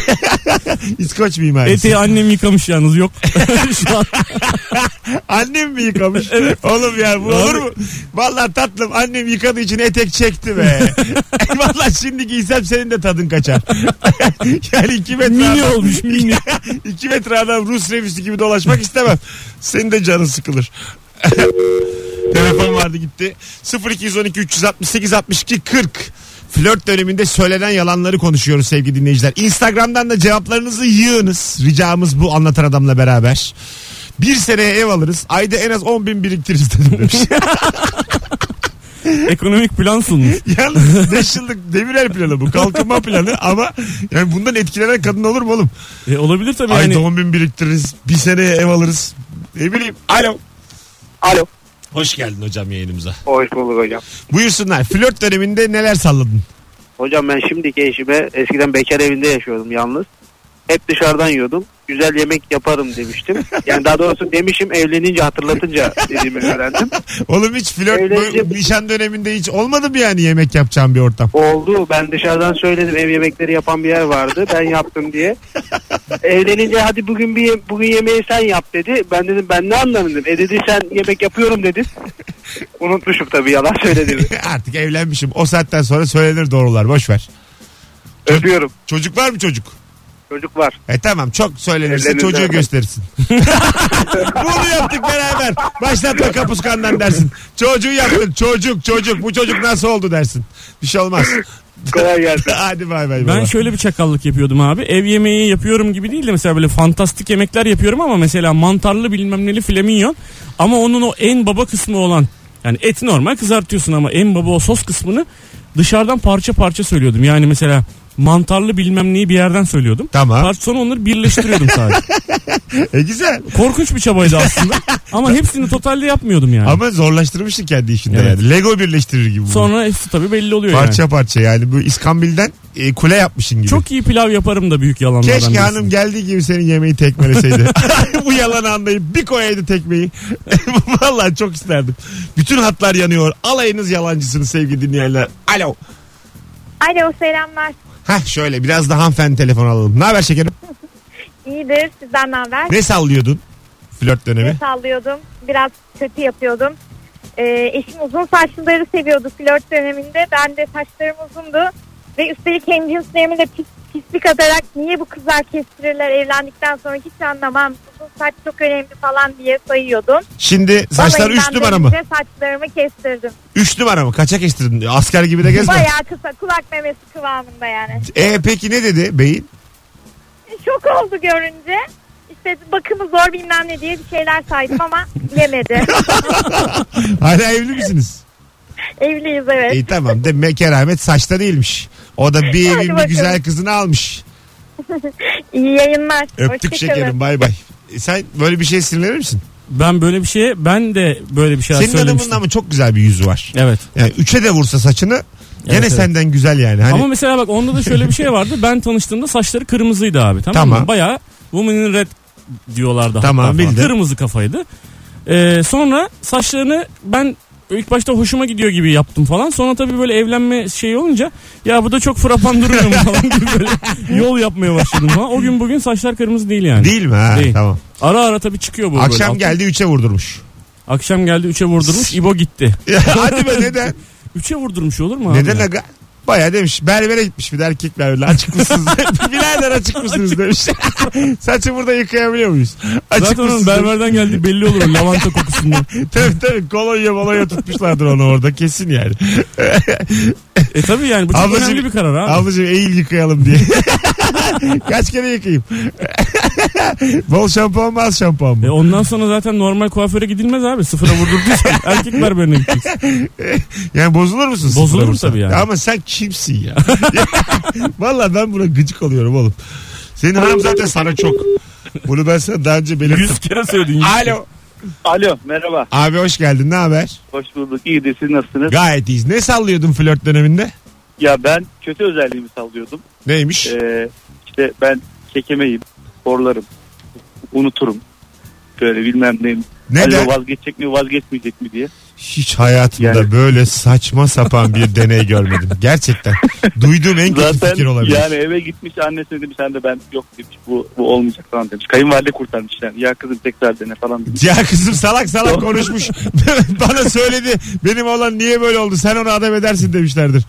[SPEAKER 2] İskoç mimarisi.
[SPEAKER 3] Eteği annem yıkamış yalnız yok. Şu an.
[SPEAKER 2] Annem mi yıkamış? Evet. Oğlum ya bu olur mu? Vallahi tatlım annem yıkadığı için etek çekti be. Vallahi şimdi giysem senin de tadın kaçar. Yani 2 metre
[SPEAKER 3] mini olmuş mini.
[SPEAKER 2] 2 metre adam Rus revisi gibi dolaşmak istemem. Senin de canın sıkılır. Telefon vardı gitti. 0212 368 62 40. Flört döneminde söylenen yalanları konuşuyoruz sevgili dinleyiciler. Instagram'dan da cevaplarınızı yığınız. Ricamız bu anlatan adamla beraber. Bir seneye ev alırız. Ayda en az 10.000 biriktiririz demiş.
[SPEAKER 3] Ekonomik plan sunmuş.
[SPEAKER 2] Yalnız 5 yıllık Demirel planı bu. Kalkınma planı ama yani bundan etkilenen kadın olur mu oğlum?
[SPEAKER 3] Olabilir tabii.
[SPEAKER 2] Ayda 10.000 biriktiririz. Bir seneye ev alırız. Ne bileyim. Alo. Hoş geldin hocam yayınımıza.
[SPEAKER 9] Hoş bulduk hocam.
[SPEAKER 2] Buyursunlar. Flört döneminde neler salladın?
[SPEAKER 9] Hocam ben şimdiki eşime eskiden bekar evinde yaşıyordum yalnız. Hep dışarıdan yiyordum. Güzel yemek yaparım demiştim. Yani daha doğrusu demişim evlenince hatırlatınca dediğimi öğrendim.
[SPEAKER 2] Oğlum hiç flört nişan döneminde hiç olmadı mı yani yemek yapacağım bir ortam?
[SPEAKER 9] Oldu. Ben dışarıdan söyledim ev yemekleri yapan bir yer vardı. Ben yaptım diye. Evlenince hadi bugün yemeği sen yap dedi. Ben dedim ben ne anlarım dedim. Dedi sen yemek yapıyorum dedin. Unutmuşum tabii yalan söyledim.
[SPEAKER 2] Artık evlenmişim. O saatten sonra söylenir doğrular. Boş ver.
[SPEAKER 9] Öpüyorum.
[SPEAKER 2] Çocuk var mı çocuk?
[SPEAKER 9] Çocuk var.
[SPEAKER 2] Tamam çok söylenirse çocuğu gösterirsin. Bunu yaptık beraber. Başlatma kapuskandan dersin. Çocuğu yaptın. Çocuk. Bu çocuk nasıl oldu dersin. Bir şey olmaz.
[SPEAKER 9] Kolay gelsin.
[SPEAKER 2] Hadi bay bay.
[SPEAKER 3] Ben şöyle bir çakallık yapıyordum abi. Ev yemeği yapıyorum gibi değil de mesela böyle fantastik yemekler yapıyorum ama mesela mantarlı bilmem neli flamingon. Ama onun o en baba kısmı olan yani eti normal kızartıyorsun ama en baba o sos kısmını dışarıdan parça parça söylüyordum. Yani mesela mantarlı bilmem neyi bir yerden söylüyordum.
[SPEAKER 2] Tamam.
[SPEAKER 3] Sonra onları birleştiriyordum sadece.
[SPEAKER 2] Güzel.
[SPEAKER 3] Korkunç bir çabaydı aslında. Ama hepsini totalde yapmıyordum yani.
[SPEAKER 2] Ama zorlaştırmışsın kendi işinde
[SPEAKER 3] evet.
[SPEAKER 2] yani. Lego birleştirir gibi.
[SPEAKER 3] Sonra hepsi tabii belli oluyor
[SPEAKER 2] parça parça yani. Bu İskambil'den kule yapmışsın gibi.
[SPEAKER 3] Çok iyi pilav yaparım da büyük yalanlardan.
[SPEAKER 2] Keşke hanım geldiği gibi senin yemeği tekmeleseydi. Bu yalanı anlayıp bir koyaydı tekmeyi. Vallahi çok isterdim. Bütün hatlar yanıyor. Alayınız yalancısınız sevgili dinleyenler. Alo.
[SPEAKER 6] Alo selamlar.
[SPEAKER 2] Şöyle biraz da hanımefendi telefon alalım. Ne haber şekerim?
[SPEAKER 6] İyidir, sizden ne haber?
[SPEAKER 2] Ne sallıyordun flört dönemi?
[SPEAKER 6] Ne sallıyordum? Biraz kötü yapıyordum. Eşim uzun saçlıları seviyordu flört döneminde. Ben de saçlarım uzundu. Ve üstelik hemcinslerimi de pislik atarak niye bu kızlar kestirirler evlendikten sonra hiç anlamam. Uzun saç çok önemli falan diye sayıyordum.
[SPEAKER 2] Şimdi saçlar 3 numara mı?
[SPEAKER 6] Saçlarımı kestirdim.
[SPEAKER 2] 3 numara mı? Kaça kestirdin? Asker gibi de gezme.
[SPEAKER 6] Bayağı kısa, kulak memesi kıvamında yani.
[SPEAKER 2] Peki ne dedi beyin?
[SPEAKER 6] Şok oldu görünce. İşte işte bakımı zor bilmem ne diye bir şeyler saydım ama bilemedi.
[SPEAKER 2] Hala evli misiniz?
[SPEAKER 6] Evliyiz evet.
[SPEAKER 2] İyi tamam. Demek keramet saçta değilmiş. O da bir evin bir
[SPEAKER 6] bakalım.
[SPEAKER 2] güzel kızını almış.
[SPEAKER 6] İyi yayınlar.
[SPEAKER 2] Öptük
[SPEAKER 6] Hoşçakalın.
[SPEAKER 2] şekerim, bay bay. Sen böyle bir şeye sinirlenir misin?
[SPEAKER 3] Ben böyle bir şeye, ben de böyle bir şey
[SPEAKER 2] Senin
[SPEAKER 3] söylemiştim.
[SPEAKER 2] hanımın ama çok güzel bir yüzü var.
[SPEAKER 3] Evet.
[SPEAKER 2] Yani 3'e de vursa saçını gene
[SPEAKER 3] Evet.
[SPEAKER 2] senden güzel yani. Hani...
[SPEAKER 3] Ama mesela bak onda da şöyle bir şey vardı. Ben tanıştığımda saçları kırmızıydı abi. Tamam. mı? Bayağı Woman in Red diyorlardı.
[SPEAKER 2] Tamam,
[SPEAKER 3] hatta falan.
[SPEAKER 2] bildim.
[SPEAKER 3] Kırmızı kafaydı. Sonra saçlarını ben ilk başta hoşuma gidiyor gibi yaptım falan. Sonra tabii böyle evlenme şeyi olunca ya bu da çok frapan duruyor mu falan gibi böyle yol yapmaya başladım falan. O gün bugün saçlar kırmızı değil yani.
[SPEAKER 2] Değil mi? Ha,
[SPEAKER 3] Değil.
[SPEAKER 2] tamam.
[SPEAKER 3] Ara ara tabii çıkıyor bu.
[SPEAKER 2] Akşam
[SPEAKER 3] böyle.
[SPEAKER 2] geldi 3'e vurdurmuş.
[SPEAKER 3] Akşam geldi 3'e vurdurmuş. İbo gitti.
[SPEAKER 2] Hadi be, neden?
[SPEAKER 3] 3'e vurdurmuş olur mu abi?
[SPEAKER 2] Neden
[SPEAKER 3] ya?
[SPEAKER 2] aga? Bayağı demiş berbere gitmiş bir de erkek berbere, açık mısınız? Birader açık mısınız demiş. Saçı burada yıkayabiliyor muyuz? Açık
[SPEAKER 3] Zaten onun
[SPEAKER 2] mısınız?
[SPEAKER 3] berberden geldiği belli olur o lavanta kokusundan.
[SPEAKER 2] Tabii kolonya tutmuşlardır onu orada kesin yani.
[SPEAKER 3] Tabii yani bu çok
[SPEAKER 2] Ablacığım,
[SPEAKER 3] önemli bir karar abi.
[SPEAKER 2] Ablacığım eğil yıkayalım diye. Kaç kere yıkayayım? Bol şampuan mı az şampuan mı?
[SPEAKER 3] Ondan sonra zaten normal kuaföre gidilmez abi. Sıfıra vurdurduysan erkek berberine gideceksin.
[SPEAKER 2] Yani bozulur musun?
[SPEAKER 3] Bozulurum
[SPEAKER 2] sıfıra
[SPEAKER 3] tabii yani.
[SPEAKER 2] Ama sen kimsin ya? Vallahi ben buna gıcık oluyorum oğlum. Senin hanım zaten sana çok. Bunu ben sana daha önce belirttim.
[SPEAKER 3] 100 kere söyledin.
[SPEAKER 2] Alo.
[SPEAKER 8] Alo, merhaba.
[SPEAKER 2] Abi hoş geldin, ne haber?
[SPEAKER 8] Hoş bulduk. İyidir, siz nasılsınız?
[SPEAKER 2] Gayet iyiyiz. Ne sallıyordun flört döneminde?
[SPEAKER 8] Ya ben kötü özelliğimi sallıyordum.
[SPEAKER 2] Neymiş?
[SPEAKER 8] İşte ben kekemeyim, horlarım, unuturum. Böyle bilmem neyim.
[SPEAKER 2] Neden?
[SPEAKER 8] Acaba vazgeçecek mi vazgeçmeyecek mi diye.
[SPEAKER 2] Hiç hayatımda
[SPEAKER 8] Yani-
[SPEAKER 2] böyle saçma sapan bir deney görmedim. Gerçekten. Duyduğum en kötü fikir olabilir.
[SPEAKER 8] Yani eve gitmiş annesine demiş sen de ben yok demiş bu olmayacak falan demiş. Kayınvalide kurtarmış yani. Ya kızım tekrar dene falan demiş.
[SPEAKER 2] Ya kızım salak konuşmuş. Bana söyledi. Benim oğlan niye böyle oldu? Sen onu adam edersin demişlerdir.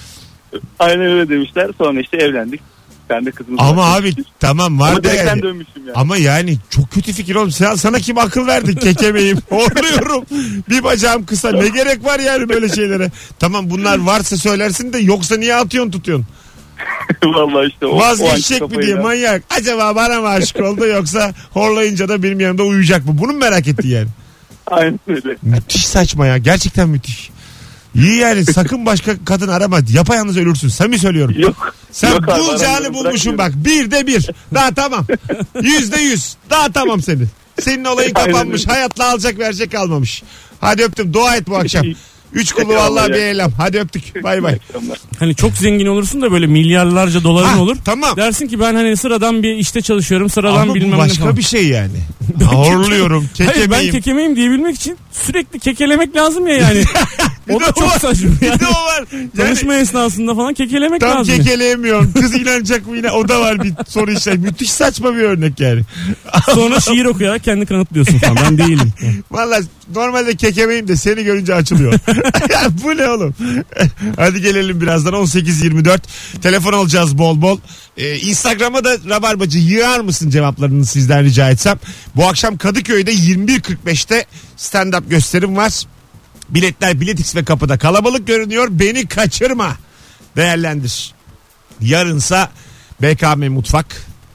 [SPEAKER 8] Aynen öyle demişler. Sonra işte evlendik. Ben de kızımı
[SPEAKER 2] Ama
[SPEAKER 8] bıraktım.
[SPEAKER 2] abi tamam
[SPEAKER 8] Ama
[SPEAKER 2] var da
[SPEAKER 8] direkten
[SPEAKER 2] yani.
[SPEAKER 8] dönmüşüm yani.
[SPEAKER 2] Ama yani çok kötü fikir oğlum. Sana kim akıl verdi? Kekemeyim. Horluyorum. Bir bacağım kısa. Ne gerek var yani böyle şeylere? Tamam bunlar varsa söylersin de yoksa niye atıyorsun tutuyorsun?
[SPEAKER 8] Vallahi işte o
[SPEAKER 2] Vazgeçecek mi diye
[SPEAKER 8] kafayla.
[SPEAKER 2] manyak. Acaba bana mı aşık oldu yoksa horlayınca da benim yanımda uyuyacak mı? Bunu mu merak etti yani?
[SPEAKER 8] Aynen öyle.
[SPEAKER 2] Müthiş saçma ya. Gerçekten müthiş. İyi yani sakın başka kadın arama. Yapayalnız ölürsün. Samimi söylüyorum.
[SPEAKER 8] Yok.
[SPEAKER 2] Sen
[SPEAKER 8] Yok abi,
[SPEAKER 2] bulacağını
[SPEAKER 8] aramıyorum,
[SPEAKER 2] bulmuşsun
[SPEAKER 8] bırakmıyorum.
[SPEAKER 2] bak. 1'de 1. Daha tamam. 100%100. Daha tamam senin. Senin olayın
[SPEAKER 8] Aynen
[SPEAKER 2] kapanmış.
[SPEAKER 8] öyle.
[SPEAKER 2] Hayatla alacak verecek kalmamış. Hadi öptüm. Dua et bu akşam. 3 kulu
[SPEAKER 8] Eyvallah
[SPEAKER 2] vallahi
[SPEAKER 8] ya.
[SPEAKER 2] bir eylem. Hadi öptük. Bay bay.
[SPEAKER 3] Hani çok zengin olursun da böyle milyarlarca doların
[SPEAKER 2] Ha,
[SPEAKER 3] olur.
[SPEAKER 2] tamam.
[SPEAKER 3] Dersin ki ben hani sıradan bir işte çalışıyorum. Sıradan
[SPEAKER 2] Ama bu
[SPEAKER 3] bilmem ne
[SPEAKER 2] başka
[SPEAKER 3] falan.
[SPEAKER 2] bir şey yani. Horluyorum.
[SPEAKER 3] Hayır ben
[SPEAKER 2] Kekemeyim.
[SPEAKER 3] kekemeyim diyebilmek için sürekli kekelemek lazım ya yani. O da çok saçma
[SPEAKER 2] Bir
[SPEAKER 3] yani.
[SPEAKER 2] de o var. Yani
[SPEAKER 3] Tanışma esnasında falan kekelemek
[SPEAKER 2] tam
[SPEAKER 3] lazım.
[SPEAKER 2] kekeleyemiyorum. Kız inanacak mı yine? O da var bir soru işareti. Müthiş saçma bir örnek yani.
[SPEAKER 3] Sonra şiir okuyarak kendi kanıtlıyorsun falan. Ben değilim.
[SPEAKER 2] Valla normalde kekemeyim de seni görünce açılıyor. Bu ne oğlum? Hadi gelelim birazdan 18.24. Telefon alacağız bol bol. Instagram'a da Rabarbacı yığar mısın cevaplarını sizden rica etsem. Bu akşam Kadıköy'de 21.45'te stand-up gösterim var. Biletler Biletix ve kapıda kalabalık görünüyor. Beni kaçırma. Değerlendir. Yarınsa BKM Mutfak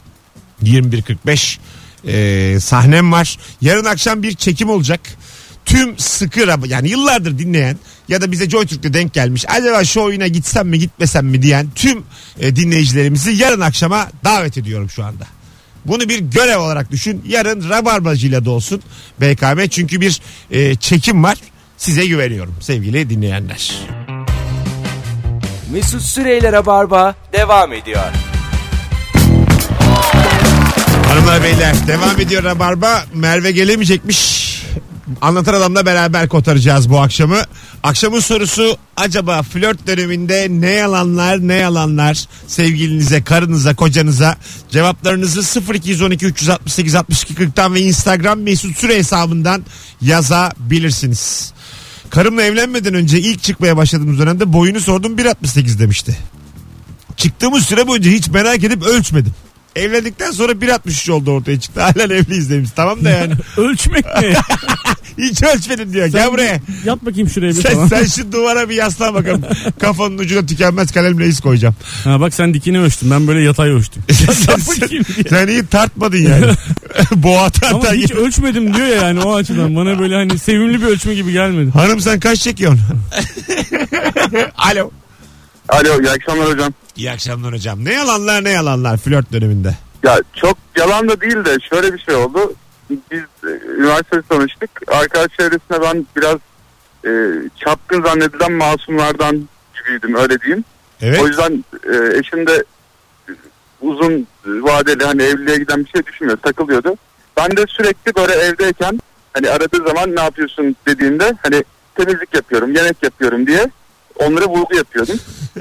[SPEAKER 2] 21.45 sahnem var. Yarın akşam bir çekim olacak. Tüm sıkı yani yıllardır dinleyen ya da bize JoyTürk'te denk gelmiş acaba şu oyuna gitsem mi gitmesem mi diyen tüm dinleyicilerimizi yarın akşama davet ediyorum şu anda. Bunu bir görev olarak düşün. Yarın Rabarbacı'yla da olsun BKM çünkü bir çekim var. Size güveniyorum sevgili dinleyenler.
[SPEAKER 1] Mesut Süreyler'e barba devam ediyor.
[SPEAKER 2] Hanımlar beyler devam ediyor Rabarba. Merve gelemeyecekmiş. Anlatan Adam'la beraber kotaracağız bu akşamı. Akşamın sorusu acaba flört döneminde ne yalanlar sevgilinize, karınıza, kocanıza cevaplarınızı 0212 368 62 40'tan ve Instagram Mesut Süre hesabından yazabilirsiniz. Karımla evlenmeden önce ilk çıkmaya başladığımız dönemde boyunu sordum 1.68 demişti. Çıktığımız süre boyunca hiç merak edip ölçmedim. Evlendikten sonra 1.63 oldu ortaya çıktı. Hala evliyiz demiş. Tamam da yani.
[SPEAKER 3] Ölçmek ne?
[SPEAKER 2] Hiç ölçmedim diyor. Gel buraya.
[SPEAKER 3] Yat bakayım şuraya bir falan.
[SPEAKER 2] Sen şu duvara bir yaslan bakalım. Kafanın ucuna tükenmez kalemle iz koyacağım.
[SPEAKER 3] Ha bak sen dikini ölçtün. Ben böyle yatay ölçtüm.
[SPEAKER 2] Sen iyi tartmadın yani. Boğa tartar.
[SPEAKER 3] Ama hiç ölçmedim diyor ya yani o açıdan. Bana böyle hani sevimli bir ölçme gibi gelmedi.
[SPEAKER 2] Hanım sen kaç çekiyorsun? Alo.
[SPEAKER 4] Alo, iyi akşamlar hocam.
[SPEAKER 2] İyi akşamlar hocam. Ne yalanlar flört döneminde.
[SPEAKER 4] Ya çok yalan da değil de şöyle bir şey oldu. Biz üniversitede tanıştık. Arkadaş çevresinde ben biraz çapkın zannedilen masumlardan gibiydim, öyle diyeyim.
[SPEAKER 2] Evet.
[SPEAKER 4] O yüzden eşim de uzun vadeli hani evliliğe giden bir şey düşünmüyor, takılıyordu. Ben de sürekli böyle evdeyken hani aradığı zaman ne yapıyorsun dediğinde hani temizlik yapıyorum, yemek yapıyorum diye onlara vurgu yapıyordum.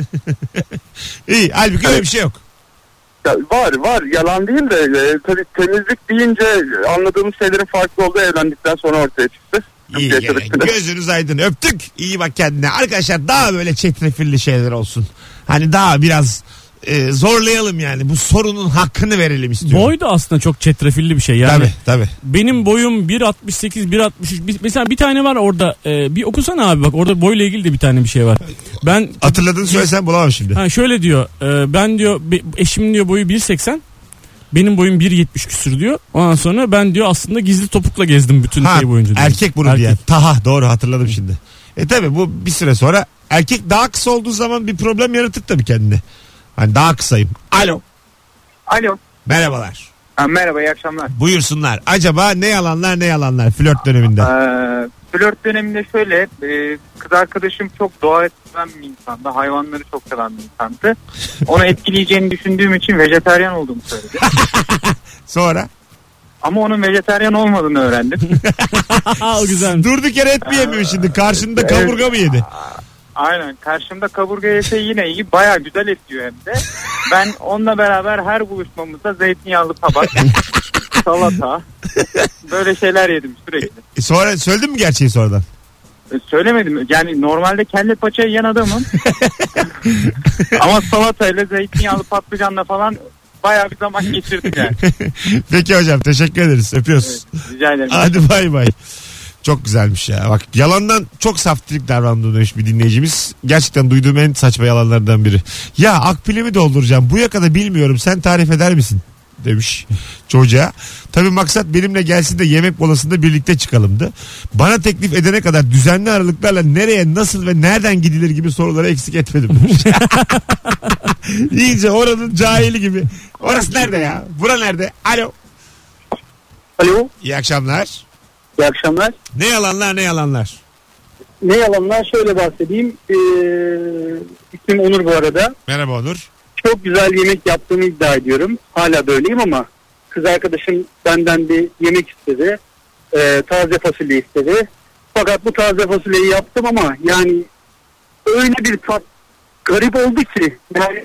[SPEAKER 2] İyi, halbuki öyle bir şey yok.
[SPEAKER 4] Ya var yalan değil de tabii temizlik deyince anladığımız şeylerin farklı olduğu evlendikten sonra ortaya çıktı.
[SPEAKER 2] İyi gözünüz aydın, öptük. İyi bak kendine. Arkadaşlar daha böyle çetrefilli şeyler olsun. Hani daha biraz zorlayalım yani. Bu sorunun hakkını verelim istiyorum.
[SPEAKER 3] Boy da aslında çok çetrefilli bir şey yani.
[SPEAKER 2] Tabii.
[SPEAKER 3] Benim boyum 1.68, 1.63. Mesela bir tane var orada. Bir okusana abi bak orada boyla ilgili de bir tane bir şey var. Ben
[SPEAKER 2] hatırladığını söylesen bulamam şimdi.
[SPEAKER 3] Ha şöyle diyor. Ben diyor eşimin diyor boyu 1.80. Benim boyum 1.70 küsür diyor. Ondan sonra ben diyor aslında gizli topukla gezdim bütün şey boyunca diyor.
[SPEAKER 2] Erkek bunu diye. Taha doğru hatırladım şimdi. Tabi bu bir süre sonra erkek daha kısa olduğu zaman bir problem yaratır tabii kendine. Hani daha kısayım. Alo.
[SPEAKER 10] Alo.
[SPEAKER 2] Merhabalar.
[SPEAKER 10] Merhaba, iyi akşamlar.
[SPEAKER 2] Buyursunlar. Acaba ne yalanlar flört döneminde?
[SPEAKER 10] Flört döneminde şöyle kız arkadaşım çok doğa seven bir insandı. Hayvanları çok seven bir insandı. Onu etkileyeceğini düşündüğüm için vejetaryen olduğumu söyledi.
[SPEAKER 2] Sonra?
[SPEAKER 10] Ama onun vejetaryen olmadığını öğrendim.
[SPEAKER 3] O güzel.
[SPEAKER 2] Durduk yere et mi yemiyor şimdi? Karşında kaburga mı yedi?
[SPEAKER 10] Aynen. Karşımda kaburga yese yine iyi. Baya güzel et yiyor hem de. Ben onunla beraber her buluşmamızda zeytinyağlı tabak, salata, böyle şeyler yedim sürekli.
[SPEAKER 2] Sonra söyledin mi gerçeği sonradan?
[SPEAKER 10] Söylemedim. Yani normalde kelle paça yiyen adamım. Ama salatayla, zeytinyağlı patlıcanla falan bayağı bir zaman geçirdik yani.
[SPEAKER 2] Peki hocam, teşekkür ederiz. Öpüyoruz.
[SPEAKER 10] Evet, rica ederim.
[SPEAKER 2] Hadi bay bay. Çok güzelmiş ya. Bak, yalandan çok saftirik davrandığını demiş bir dinleyicimiz. Gerçekten duyduğum en saçma yalanlardan biri. Ya akbilimi dolduracağım. Bu yakada bilmiyorum. Sen tarif eder misin? Demiş çocuğa. Tabii maksat benimle gelsin de yemek molasında birlikte çıkalımdı. Bana teklif edene kadar düzenli aralıklarla nereye, nasıl ve nereden gidilir gibi soruları eksik etmedim. İyice oranın cahili gibi. Orası nerede ya? Bura nerede? Alo.
[SPEAKER 9] Alo.
[SPEAKER 2] İyi akşamlar.
[SPEAKER 9] İyi akşamlar.
[SPEAKER 2] Ne yalanlar?
[SPEAKER 9] Ne yalanlar, şöyle bahsedeyim. İsmim Onur bu arada.
[SPEAKER 2] Merhaba Onur.
[SPEAKER 9] Çok güzel yemek yaptığımı iddia ediyorum. Hala da öyleyim ama kız arkadaşım benden bir yemek istedi. Taze fasulye istedi. Fakat bu taze fasulyeyi yaptım ama yani öyle bir tat garip oldu ki. Yani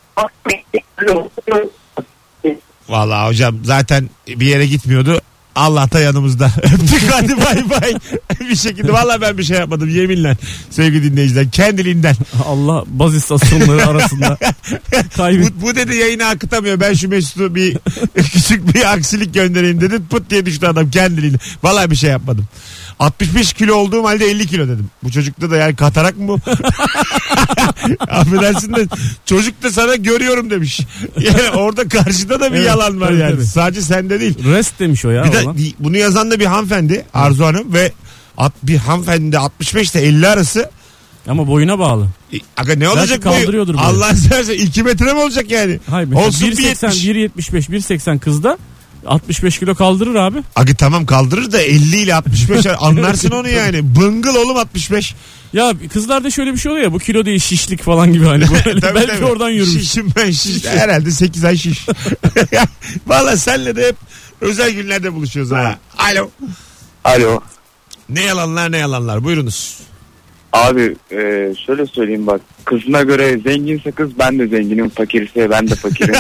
[SPEAKER 2] vallahi hocam zaten bir yere gitmiyordu. Allah da yanımızda. Öptük, hadi bay bay. Bir şekilde vallahi ben bir şey yapmadım yeminle sevgili dinleyiciler, kendiliğinden.
[SPEAKER 3] Allah baz istasyonları arasında
[SPEAKER 2] bu dedi yayını akıtamıyor, ben şu Mesut'u bir küçük bir aksilik göndereyim dedi, pıt diye düştü adam kendiliğinden. Vallahi bir şey yapmadım. 65 kilo olduğum halde 50 kilo dedim. Bu çocukta da yani katarak mı bu? Affedersin de çocuk da sana görüyorum demiş. Yani orada karşıda da bir yalan var yani. Tabii. Sadece sende değil.
[SPEAKER 3] Rest demiş o ya.
[SPEAKER 2] Bir de bunu yazan da bir hanımefendi, Arzu Hanım, ve bir hanımefendi de 65 ile 50 arası.
[SPEAKER 3] Ama boyuna bağlı.
[SPEAKER 2] Aga ne olacak
[SPEAKER 3] boyu?
[SPEAKER 2] Allah seversen 2 metre mi olacak yani?
[SPEAKER 3] Hayır, olsun 1.80, 1.75, 1.80 kızda 65 kilo kaldırır abi.
[SPEAKER 2] Aga tamam kaldırır da 50 ile 65 anlarsın onu yani. Bıngıl oğlum 65.
[SPEAKER 3] Ya kızlarda şöyle bir şey oluyor ya, bu kilo değil şişlik falan gibi hani böyle.
[SPEAKER 2] Tabii,
[SPEAKER 3] belki oradan yürümüş.
[SPEAKER 2] Şişim ben şiş. Herhalde 8 ay şiş. Valla senle de hep özel günlerde buluşuyoruz ha. Alo.
[SPEAKER 11] Alo.
[SPEAKER 2] Ne yalanlar buyurunuz.
[SPEAKER 11] Abi şöyle söyleyeyim bak, kızına göre zenginse kız, ben de zenginim, fakirse ben de fakirim.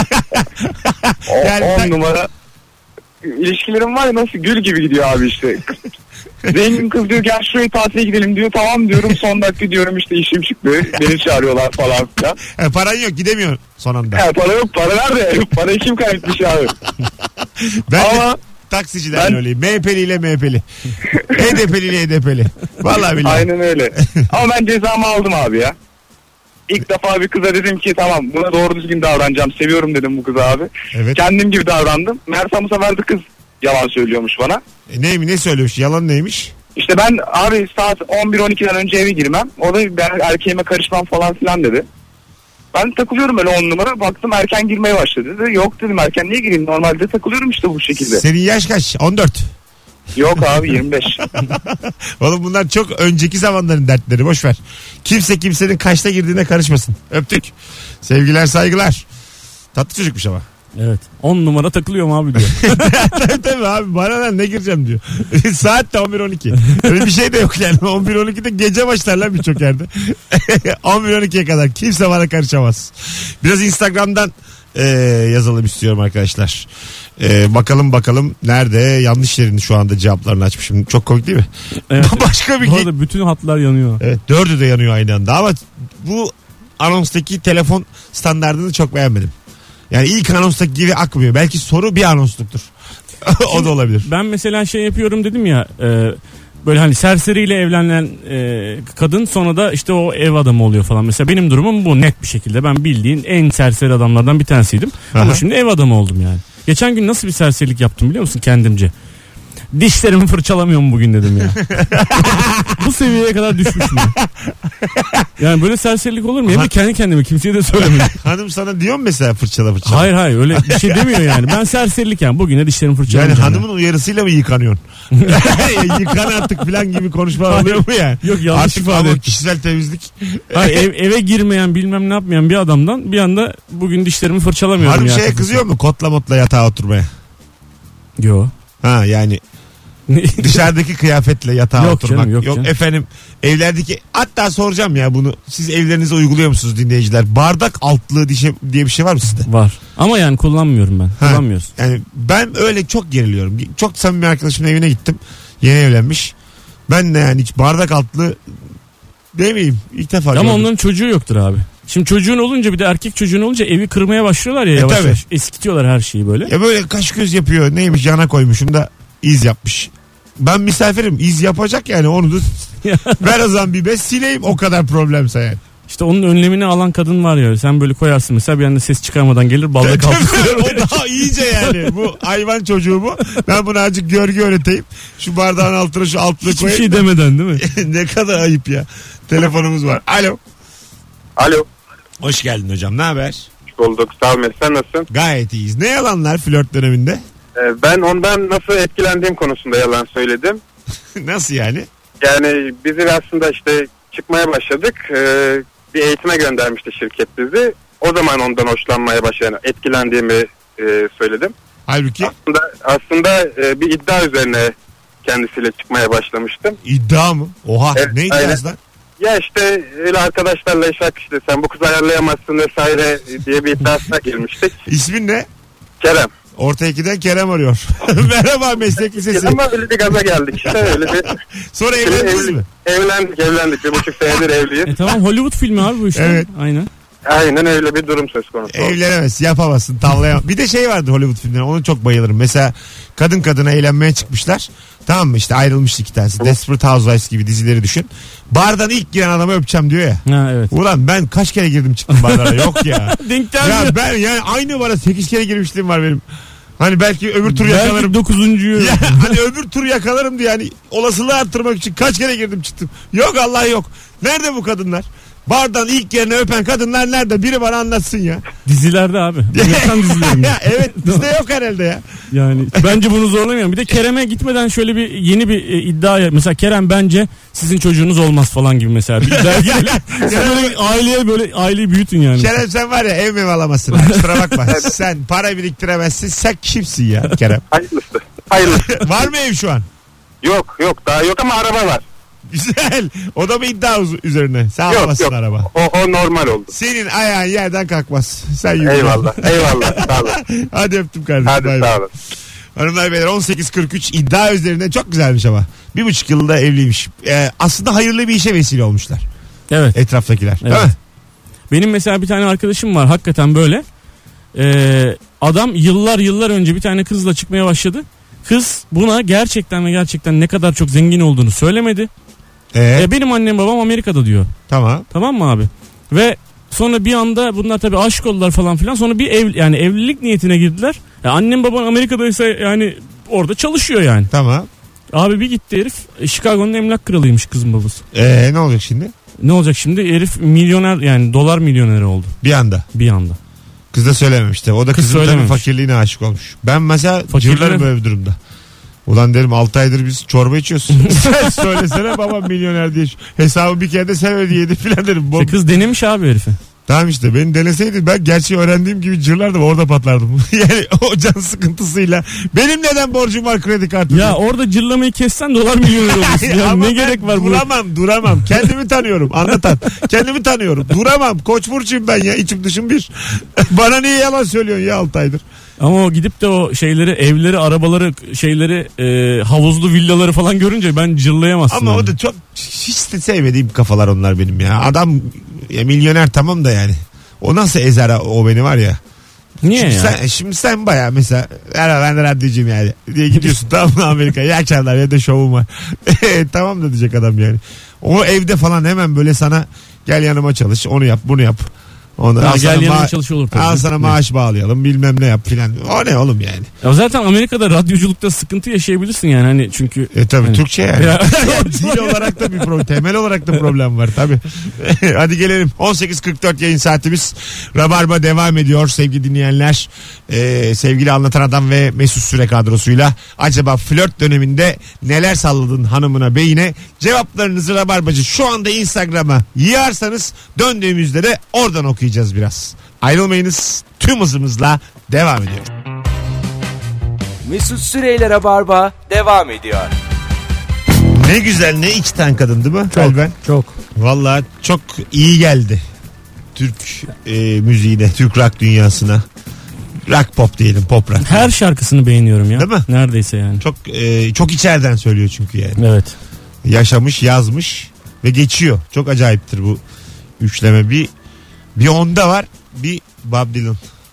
[SPEAKER 2] Yani
[SPEAKER 11] 10 numara ilişkilerim var ya, nasıl gül gibi gidiyor abi işte. Zengin kız diyor gel şuraya tatile gidelim diyor. Tamam diyorum, son dakika diyorum işte işim çıktı. Beni çağırıyorlar falan filan.
[SPEAKER 2] Paran yok, gidemiyorsun son anda.
[SPEAKER 11] Para yok, para nerede? Parayı kim kaybetmiş abi?
[SPEAKER 2] Ben
[SPEAKER 11] Ama
[SPEAKER 2] de taksicilerden öyleyim. MHP'li ile MHP'li. HDP'li ile HDP'li. Vallahi billahi.
[SPEAKER 11] aynen öyle. Ama ben cezamı aldım abi ya. İlk defa bir kıza dedim ki tamam buna doğru düzgün davranacağım. Seviyorum dedim bu kızı abi.
[SPEAKER 2] Evet.
[SPEAKER 11] Kendim gibi davrandım. Meğersem bu sefer de kız yalan söylüyormuş bana.
[SPEAKER 2] Ne söylüyormuş? Yalan neymiş?
[SPEAKER 11] İşte ben abi saat 11-12'den önce eve girmem. O da ben erkeğime karışmam falan filan dedi. Ben takılıyorum böyle 10 numara. Baktım erken girmeye başladı. Dedi. Yok dedim, erken niye gireyim? Normalde takılıyorum işte bu şekilde.
[SPEAKER 2] Senin yaş kaç? 14.
[SPEAKER 11] Yok abi 25.
[SPEAKER 2] Oğlum bunlar çok önceki zamanların dertleri, boş ver. Kimse kimsenin kaçta girdiğine karışmasın. Öptük. Sevgiler, saygılar. Tatlı çocukmuş ama.
[SPEAKER 3] Evet. 10 numara takılıyorum abi diyor.
[SPEAKER 2] Tabii abi, bana ne gireceğim diyor. Saat de 11-12. Öyle bir şey de yok yani. 11-12'de gece başlar lan birçok yerde. 11-12'ye kadar kimse bana karışamaz. Biraz Instagram'dan yazalım istiyorum arkadaşlar. Bakalım nerede, yanlış yerini şu anda cevaplarını açmışım. Çok komik değil mi?
[SPEAKER 3] Evet.
[SPEAKER 2] Başka bir
[SPEAKER 3] Bu arada bütün hatlar yanıyor.
[SPEAKER 2] Evet, 4'ü de yanıyor aynı anda ama bu anonstaki telefon standartını çok beğenmedim. Yani ilk anonstaki gibi akmıyor. Belki soru bir anonsluktur. O da olabilir.
[SPEAKER 3] Ben mesela şey yapıyorum dedim ya, böyle hani serseriyle evlenen kadın sonra da işte o ev adamı oluyor falan. Mesela benim durumum bu, net bir şekilde. Ben bildiğin en serseri adamlardan bir tanesiydim.
[SPEAKER 2] Aha.
[SPEAKER 3] Ama şimdi ev adamı oldum yani. Geçen gün nasıl bir serserilik yaptım biliyor musun kendimce? Dişlerimi fırçalamıyorum bugün dedim ya. Bu seviyeye kadar düşmüşüm ya. Yani böyle serserilik olur mu? Hem de kendi kendime, kimseye de söylemiyorum.
[SPEAKER 2] Hanım sana diyor mu mesela fırçala?
[SPEAKER 3] Hayır öyle bir şey demiyor yani. Ben serserilik yani. Bugün de dişlerimi fırçalamayacağım.
[SPEAKER 2] Yani hanımın uyarısıyla mı yıkanıyorsun? Yıkan artık falan gibi konuşmalar oluyor mu yani?
[SPEAKER 3] Yok, yanlış
[SPEAKER 2] artık
[SPEAKER 3] ifade ettim.
[SPEAKER 2] Kişisel temizlik.
[SPEAKER 3] Hayır, eve girmeyen bilmem ne yapmayan bir adamdan bir anda bugün dişlerimi fırçalamıyorum.
[SPEAKER 2] Hanım
[SPEAKER 3] ya.
[SPEAKER 2] şeye kızıyor mu? Kotla motla yatağa oturmaya.
[SPEAKER 3] Yok.
[SPEAKER 2] Ha yani dışarıdaki kıyafetle yatağa
[SPEAKER 3] Yok
[SPEAKER 2] oturmak.
[SPEAKER 3] canım, yok
[SPEAKER 2] yok
[SPEAKER 3] canım.
[SPEAKER 2] Efendim evlerdeki, hatta soracağım ya bunu, siz evlerinize uyguluyor musunuz dinleyiciler? Bardak altlığı diye bir şey var mı sizde?
[SPEAKER 3] Var. Ama yani kullanmıyorum ben. Kullanmıyorsun.
[SPEAKER 2] Yani ben öyle çok geriliyorum. Çok samimi arkadaşımın evine gittim. Yeni evlenmiş. Ben de yani hiç bardak altlığı demeyeyim. İlk defa
[SPEAKER 3] Ama
[SPEAKER 2] gördüm.
[SPEAKER 3] onların çocuğu yoktur abi. Şimdi çocuğun olunca, bir de erkek çocuğun olunca evi kırmaya başlıyorlar ya yavaş
[SPEAKER 2] tabii.
[SPEAKER 3] yavaş. Eskitiyorlar her şeyi böyle.
[SPEAKER 2] Ya böyle kaş göz yapıyor. Neymiş, yana koymuşum da iz yapmış. Ben misafirim, iz yapacak yani, onu da ver o zaman bir bez sileyim, o kadar problemse yani.
[SPEAKER 3] İşte onun önlemini alan kadın var ya, sen böyle koyarsın mesela, bir anda ses çıkarmadan gelir balda kaldırıyor.
[SPEAKER 2] O daha iyice yani, bu hayvan çocuğu bu. Ben bunu azıcık görgü öğreteyim. Şu bardağın altına şu altlığı
[SPEAKER 3] Hiçbir
[SPEAKER 2] koyayım.
[SPEAKER 3] şey demeden değil mi?
[SPEAKER 2] Ne kadar ayıp ya. Telefonumuz var. Alo.
[SPEAKER 4] Alo.
[SPEAKER 2] Hoş geldin hocam, ne haber?
[SPEAKER 4] Bulduk. Sağ ol Mesut. Sen nasılsın?
[SPEAKER 2] Gayet iyiyiz. Ne yalanlar flört döneminde?
[SPEAKER 4] Ben ondan nasıl etkilendiğim konusunda yalan söyledim.
[SPEAKER 2] Nasıl yani?
[SPEAKER 4] Yani bizi aslında işte çıkmaya başladık. Bir eğitime göndermişti şirket bizi. O zaman ondan hoşlanmaya başlayan, etkilendiğimi söyledim.
[SPEAKER 2] Halbuki?
[SPEAKER 4] Aslında bir iddia üzerine kendisiyle çıkmaya başlamıştım.
[SPEAKER 2] İddia mı? Oha,
[SPEAKER 4] Evet,
[SPEAKER 2] ne iddiası lan?
[SPEAKER 4] Ya işte öyle arkadaşlarla işte sen bu kızı ayarlayamazsın vesaire diye bir iddiasına girmiştik.
[SPEAKER 2] İsmin ne?
[SPEAKER 4] Kerem.
[SPEAKER 2] Orta 2'den Kerem arıyor. Merhaba meslek lisesi.
[SPEAKER 4] Ama öyle bir gaza geldik işte öyle bir.
[SPEAKER 2] Sonra evlendiniz mi?
[SPEAKER 4] Evlendik. 1,5 senedir evliyiz.
[SPEAKER 3] Tamam, Hollywood filmi abi bu işte.
[SPEAKER 2] Evet.
[SPEAKER 3] Aynen
[SPEAKER 4] öyle bir durum söz konusu.
[SPEAKER 2] Evlenemezsin, yapamazsın, tavlayamazsın. Bir de şey vardı Hollywood filmlerinde, onu çok bayılırım. Mesela kadın kadına eğlenmeye çıkmışlar. Tamam mı, işte ayrılmış iki tanesi. Desperate Housewives gibi dizileri düşün. Bardan ilk giren adamı öpeceğim diyor ya.
[SPEAKER 3] Ha, evet.
[SPEAKER 2] Ulan ben kaç kere girdim çıktım bardara, yok ya.
[SPEAKER 3] Denk geldi.
[SPEAKER 2] Ya ben yani aynı bara 8 kere girmişliğim var benim. Hani belki öbür tur yakalarım.
[SPEAKER 3] Belki 9'uncuyu.
[SPEAKER 2] Ya, hani öbür tur yakalarım diye, yani olasılığı arttırmak için kaç kere girdim çıktım. Yok Allah yok. Nerede bu kadınlar? Bardan ilk yerine öpen kadınlar nerede? Biri bana anlatsın ya.
[SPEAKER 3] Dizilerde abi. Amerikan dizilerinde.
[SPEAKER 2] Evet, bizde yok herhalde ya.
[SPEAKER 3] Yani bence bunu zorlamayalım. Bir de Kerem'e gitmeden şöyle bir yeni bir iddia. Mesela Kerem bence sizin çocuğunuz olmaz falan gibi mesela. Bir iddia girelim. Böyle aileyi büyütün yani.
[SPEAKER 2] Kerem sen var ya, ev mi alamazsın? Kusura bakma. Sen para biriktiremezsin. Sen kimsin ya Kerem?
[SPEAKER 4] Hayırlısı.
[SPEAKER 2] Var mı ev şu an?
[SPEAKER 4] Yok daha yok ama araba var.
[SPEAKER 2] Güzel. O da bir iddia üzerine. Sen alamazsın araba.
[SPEAKER 4] O normal oldu.
[SPEAKER 2] Senin ayağın yerden kalkmaz. Sen yürü.
[SPEAKER 4] Eyvallah. Sağ olun.
[SPEAKER 2] Hadi öptüm kardeşim.
[SPEAKER 4] Hadi sağ olun.
[SPEAKER 2] Hanımlar beyler 18.43 iddia üzerine çok güzelmiş ama. 1,5 yılda evliymiş. Aslında hayırlı bir işe vesile olmuşlar.
[SPEAKER 3] Evet.
[SPEAKER 2] Etraftakiler.
[SPEAKER 3] Evet.
[SPEAKER 2] Değil mi?
[SPEAKER 3] Benim mesela bir tane arkadaşım var hakikaten böyle. Adam yıllar önce bir tane kızla çıkmaya başladı. Kız buna gerçekten ve gerçekten ne kadar çok zengin olduğunu söylemedi. Benim annem babam Amerika'da diyor.
[SPEAKER 2] Tamam.
[SPEAKER 3] Tamam mı abi? Ve sonra bir anda bunlar tabii aşık oldular falan filan. Sonra bir yani evlilik niyetine girdiler. Annem baban Amerika'daysa yani orada çalışıyor yani.
[SPEAKER 2] Tamam.
[SPEAKER 3] Abi bir gitti herif. Chicago'nun emlak kralıymış kızın babası.
[SPEAKER 2] Ne olacak şimdi?
[SPEAKER 3] Ne olacak şimdi? Herif milyoner yani dolar milyoneri oldu.
[SPEAKER 2] Bir anda. Kız da söylememişti. O da kızın tabii fakirliğine aşık olmuş. Ben mesela cırlarım böyle bir durumda. Ulan derim 6 aydır biz çorba içiyoruz. Sen söylesene babam milyoner diye. Hesabı bir kere de sen ödeyedi filan derim.
[SPEAKER 3] Kız denemiş abi herifi.
[SPEAKER 2] Tamam işte beni deneseydi ben gerçeği öğrendiğim gibi cırlardım, orada patlardım. Yani o can sıkıntısıyla benim neden borcum var kredi kartı?
[SPEAKER 3] Ya orada cırlamayı kessen dolar milyoner olursun. Ya ne gerek var
[SPEAKER 2] bu? Duramam. Kendimi tanıyorum. Anlatan. Kendimi tanıyorum. Duramam. Koç burçuyum ben ya. İçim dışım bir. Bana niye yalan söylüyorsun ya 6 aydır?
[SPEAKER 3] Ama o gidip de o şeyleri, evleri, arabaları, şeyleri, havuzlu villaları falan görünce ben cırlayamazsın.
[SPEAKER 2] Ama
[SPEAKER 3] yani.
[SPEAKER 2] O da çok hiç de sevmediğim kafalar onlar benim ya. Adam ya milyoner tamam da yani. O nasıl ezer o beni var ya.
[SPEAKER 3] Niye ya?
[SPEAKER 2] Şimdi sen baya mesela ben de radyocuyum yani diye gidiyorsun tamam mı Amerika'ya, iyi akşamlar ya da şovum var. Tamam da diyecek adam yani. O evde falan hemen böyle sana gel yanıma çalış, onu yap bunu yap.
[SPEAKER 3] Gel yanıma çalış olur tabii.
[SPEAKER 2] Al sana maaş bağlayalım bilmem ne yap filan. O ne oğlum yani.
[SPEAKER 3] Ya zaten Amerika'da radyoculukta sıkıntı yaşayabilirsin yani hani çünkü.
[SPEAKER 2] Tabii hani... Türkçe yani. Dil olarak da bir problem, temel olarak da problem var tabii. Hadi gelelim. 18.44 yayın saatimiz. Rabarba devam ediyor sevgili dinleyenler. Sevgili Anlatan Adam ve Mesut Süre kadrosuyla. Acaba flört döneminde neler salladın hanımına beyine? Cevaplarınızı Rabarbacı şu anda Instagram'a yığarsanız döndüğümüzde de oradan okuyacağız biraz. Ayrılmayınız, tüm hızımızla devam ediyor.
[SPEAKER 1] Mesut Süreyle Rabarba devam ediyor.
[SPEAKER 2] Ne güzel, ne içten kadın değil mi?
[SPEAKER 3] Çok.
[SPEAKER 2] Vallahi çok iyi geldi Türk müziğine, Türk rock dünyasına. Rock pop diyelim, pop rock.
[SPEAKER 3] Her şarkısını beğeniyorum ya.
[SPEAKER 2] Değil mi?
[SPEAKER 3] Neredeyse yani.
[SPEAKER 2] Çok içeriden söylüyor çünkü yani.
[SPEAKER 3] Evet.
[SPEAKER 2] Yaşamış, yazmış ve geçiyor. Çok acayiptir bu üçleme. Bir onda var, bir Bob Dylan.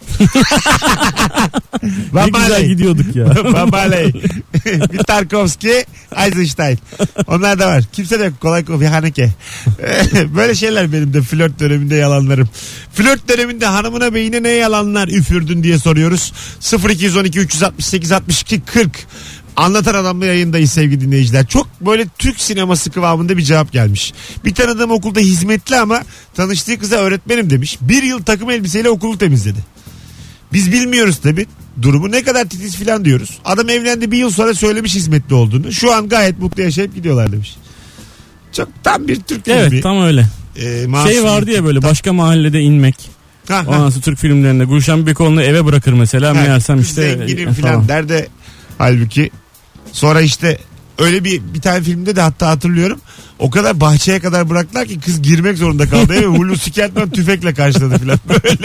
[SPEAKER 3] Ne güzel gidiyorduk ya.
[SPEAKER 2] Babaley. Bir Tarkovski, Eisenstein. Onlar da var. Kimse de yok. Kolay Kofi Haneke. Böyle şeyler benim de flört döneminde yalanlarım. Flört döneminde hanımına beyine ne yalanlar üfürdün diye soruyoruz. 0212 368 62 40. Anlatan Adam'la yayındayız sevgili dinleyiciler. Çok böyle Türk sineması kıvamında bir cevap gelmiş. Bir tanıdığım okulda hizmetli ama tanıştığı kıza öğretmenim demiş. 1 yıl takım elbiseyle okulu temizledi. Biz bilmiyoruz tabii durumu, ne kadar titiz filan diyoruz. Adam evlendi, 1 yıl sonra söylemiş hizmetli olduğunu. Şu an gayet mutlu yaşayıp gidiyorlar demiş. Çok tam bir Türk filmi.
[SPEAKER 3] Evet tam öyle. Şey vardı ya böyle başka mahallede inmek. Ondan sonra Türk filmlerinde Gülşen Bekoğlu'nu eve bırakır mesela. Meğersem işte
[SPEAKER 2] zenginim filan der de halbuki sonra işte öyle bir tane filmde de hatta hatırlıyorum. O kadar bahçeye kadar bıraktılar ki kız girmek zorunda kaldı. Eve Hulusi Kentman tüfekle karşıladı falan.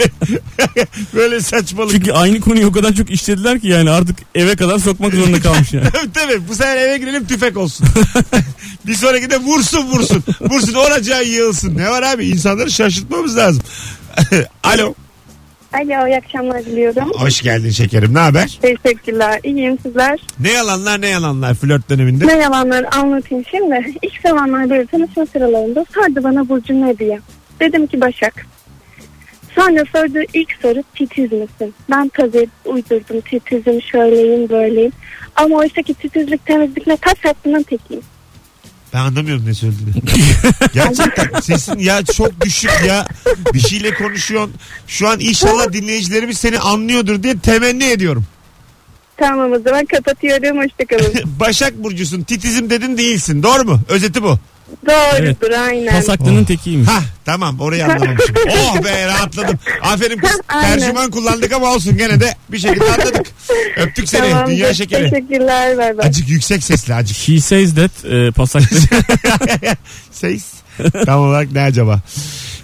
[SPEAKER 2] Böyle saçmalık.
[SPEAKER 3] Çünkü aynı konuyu o kadar çok işlediler ki yani artık eve kadar sokmak zorunda kalmış yani.
[SPEAKER 2] Tabii bu sefer eve girelim tüfek olsun. Bir sonraki de vursun. Vursun oracağı yığılsın. Ne var abi, insanları şaşırtmamız lazım. Alo.
[SPEAKER 6] Alo, iyi akşamlar diliyorum.
[SPEAKER 2] Hoş geldin şekerim, ne haber?
[SPEAKER 6] Teşekkürler, iyiyim, sizler?
[SPEAKER 2] Ne yalanlar flört döneminde?
[SPEAKER 6] Ne yalanlar anlatayım şimdi. İlk zamanlar böyle tanışma sıralarında sordu bana burcun ne diye. Dedim ki Başak. Sonra sorduğu ilk soru titiz misin? Ben tabii uydurdum, titizim, şöyleyim böyleyim. Ama oysa ki titizlik temizlikle taş hattının tekiyim.
[SPEAKER 2] Ben anlamıyorum ne söylediğini. Gerçekten sesin ya çok düşük ya. Bir şeyle konuşuyorsun. Şu an inşallah dinleyicilerimiz seni anlıyordur diye temenni ediyorum.
[SPEAKER 6] Tamam o zaman kapatıyorum, hoşçakalın.
[SPEAKER 2] Başak burcusun, titizim dedin, değilsin, doğru mu? Özeti bu.
[SPEAKER 6] Doğrudur evet. Aynen.
[SPEAKER 3] Pas hakkının tekiymiş.
[SPEAKER 2] Tamam orayı anlamamışım. Oh be rahatladım. Aferin kız. Tercüman kullandık ama olsun gene de bir şekilde anladık. Öptük seni. Tamam, dünya şekeri.
[SPEAKER 6] Teşekkürler. Bay bay.
[SPEAKER 2] Acık yüksek sesli acık.
[SPEAKER 3] She says that pas hakkı.
[SPEAKER 2] Says. Tam olarak ne acaba?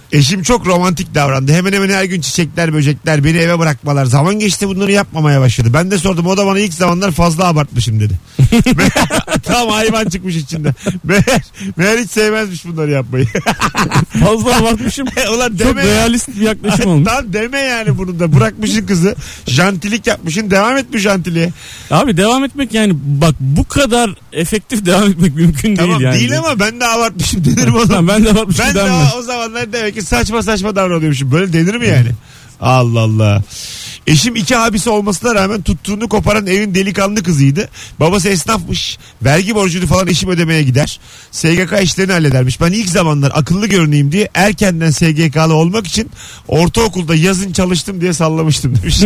[SPEAKER 2] Eşim çok romantik davrandı. Hemen hemen her gün çiçekler, böcekler, beni eve bırakmalar. Zaman geçti bunları yapmamaya başladı. Ben de sordum, o da bana ilk zamanlar fazla abartmışım dedi. Tam hayvan çıkmış içinde. Meğer hiç sevmezmiş bunları yapmayı.
[SPEAKER 3] Fazla abartmışım.
[SPEAKER 2] Ulan
[SPEAKER 3] Çok
[SPEAKER 2] deme
[SPEAKER 3] realist bir yaklaşım olmuş.
[SPEAKER 2] Tam deme yani bunu da. Bırakmışsın kızı. Jantilik yapmışsın. Devam et bu jantiliğe.
[SPEAKER 3] Abi devam etmek yani bak bu kadar efektif devam etmek mümkün
[SPEAKER 2] Tamam,
[SPEAKER 3] değil yani.
[SPEAKER 2] değil ama ben de abartmışım denir mi o zaman?
[SPEAKER 3] Ben de abartmışım
[SPEAKER 2] Ben de
[SPEAKER 3] denmez.
[SPEAKER 2] o zamanlar demek ki saçma davranıyormuşum. Böyle denir mi yani? Allah Allah. Eşim 2 abisi olmasına rağmen tuttuğunu koparan evin delikanlı kızıydı. Babası esnafmış. Vergi borcunu falan eşim ödemeye gider. SGK işlerini halledermiş. Ben ilk zamanlar akıllı görüneyim diye erkenden SGK'lı olmak için ortaokulda yazın çalıştım diye sallamıştım demiş.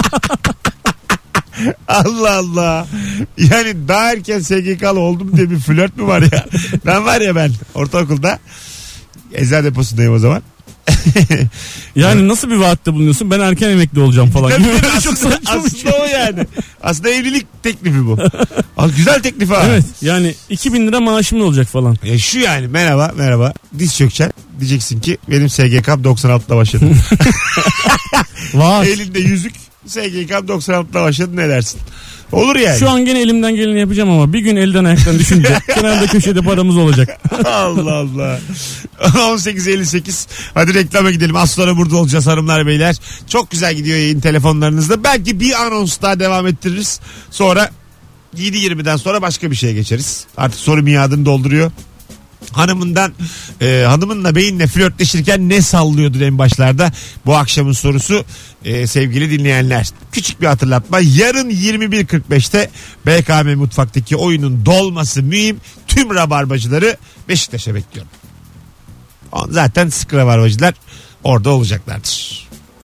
[SPEAKER 2] Allah Allah. Yani daha erken SGK'lı oldum diye bir flört mü var ya? Ben ortaokulda eczane deposundayım o zaman.
[SPEAKER 3] Yani nasıl bir vaatte bulunuyorsun? Ben erken emekli olacağım falan. Çok saçma bir şey.
[SPEAKER 2] Aslında o yani. Aslında evlilik teklifi bu. Güzel teklif ha.
[SPEAKER 3] Evet yani 2000 lira maaşım ne olacak falan.
[SPEAKER 2] Şu yani merhaba diz çökeceksin. Diyeceksin ki benim SGK'm 96'da başladı.
[SPEAKER 3] Var.
[SPEAKER 2] Elinde yüzük, SGK'm 96'da başladı, ne dersin? Olur yani.
[SPEAKER 3] Şu an gene elimden geleni yapacağım ama bir gün elden ayaktan düşünce kenarda köşede paramız olacak.
[SPEAKER 2] Allah Allah. 18.58. Hadi reklama gidelim. Az sonra burada olacağız hanımlar beyler. Çok güzel gidiyor yayın telefonlarınızda. Belki bir anons daha devam ettiririz. Sonra 7.20'den sonra başka bir şeye geçeriz. Artık soru miadını dolduruyor. Hanımınla beyinle flörtleşirken ne sallıyordun en başlarda? Bu akşamın sorusu sevgili dinleyenler. Küçük bir hatırlatma. Yarın 21.45'te BKM Mutfak'taki oyunun dolması mühim. Tüm rabarbacıları Beşiktaş'a bekliyorum. Zaten sıkı rabarbacılar orada olacaklardır.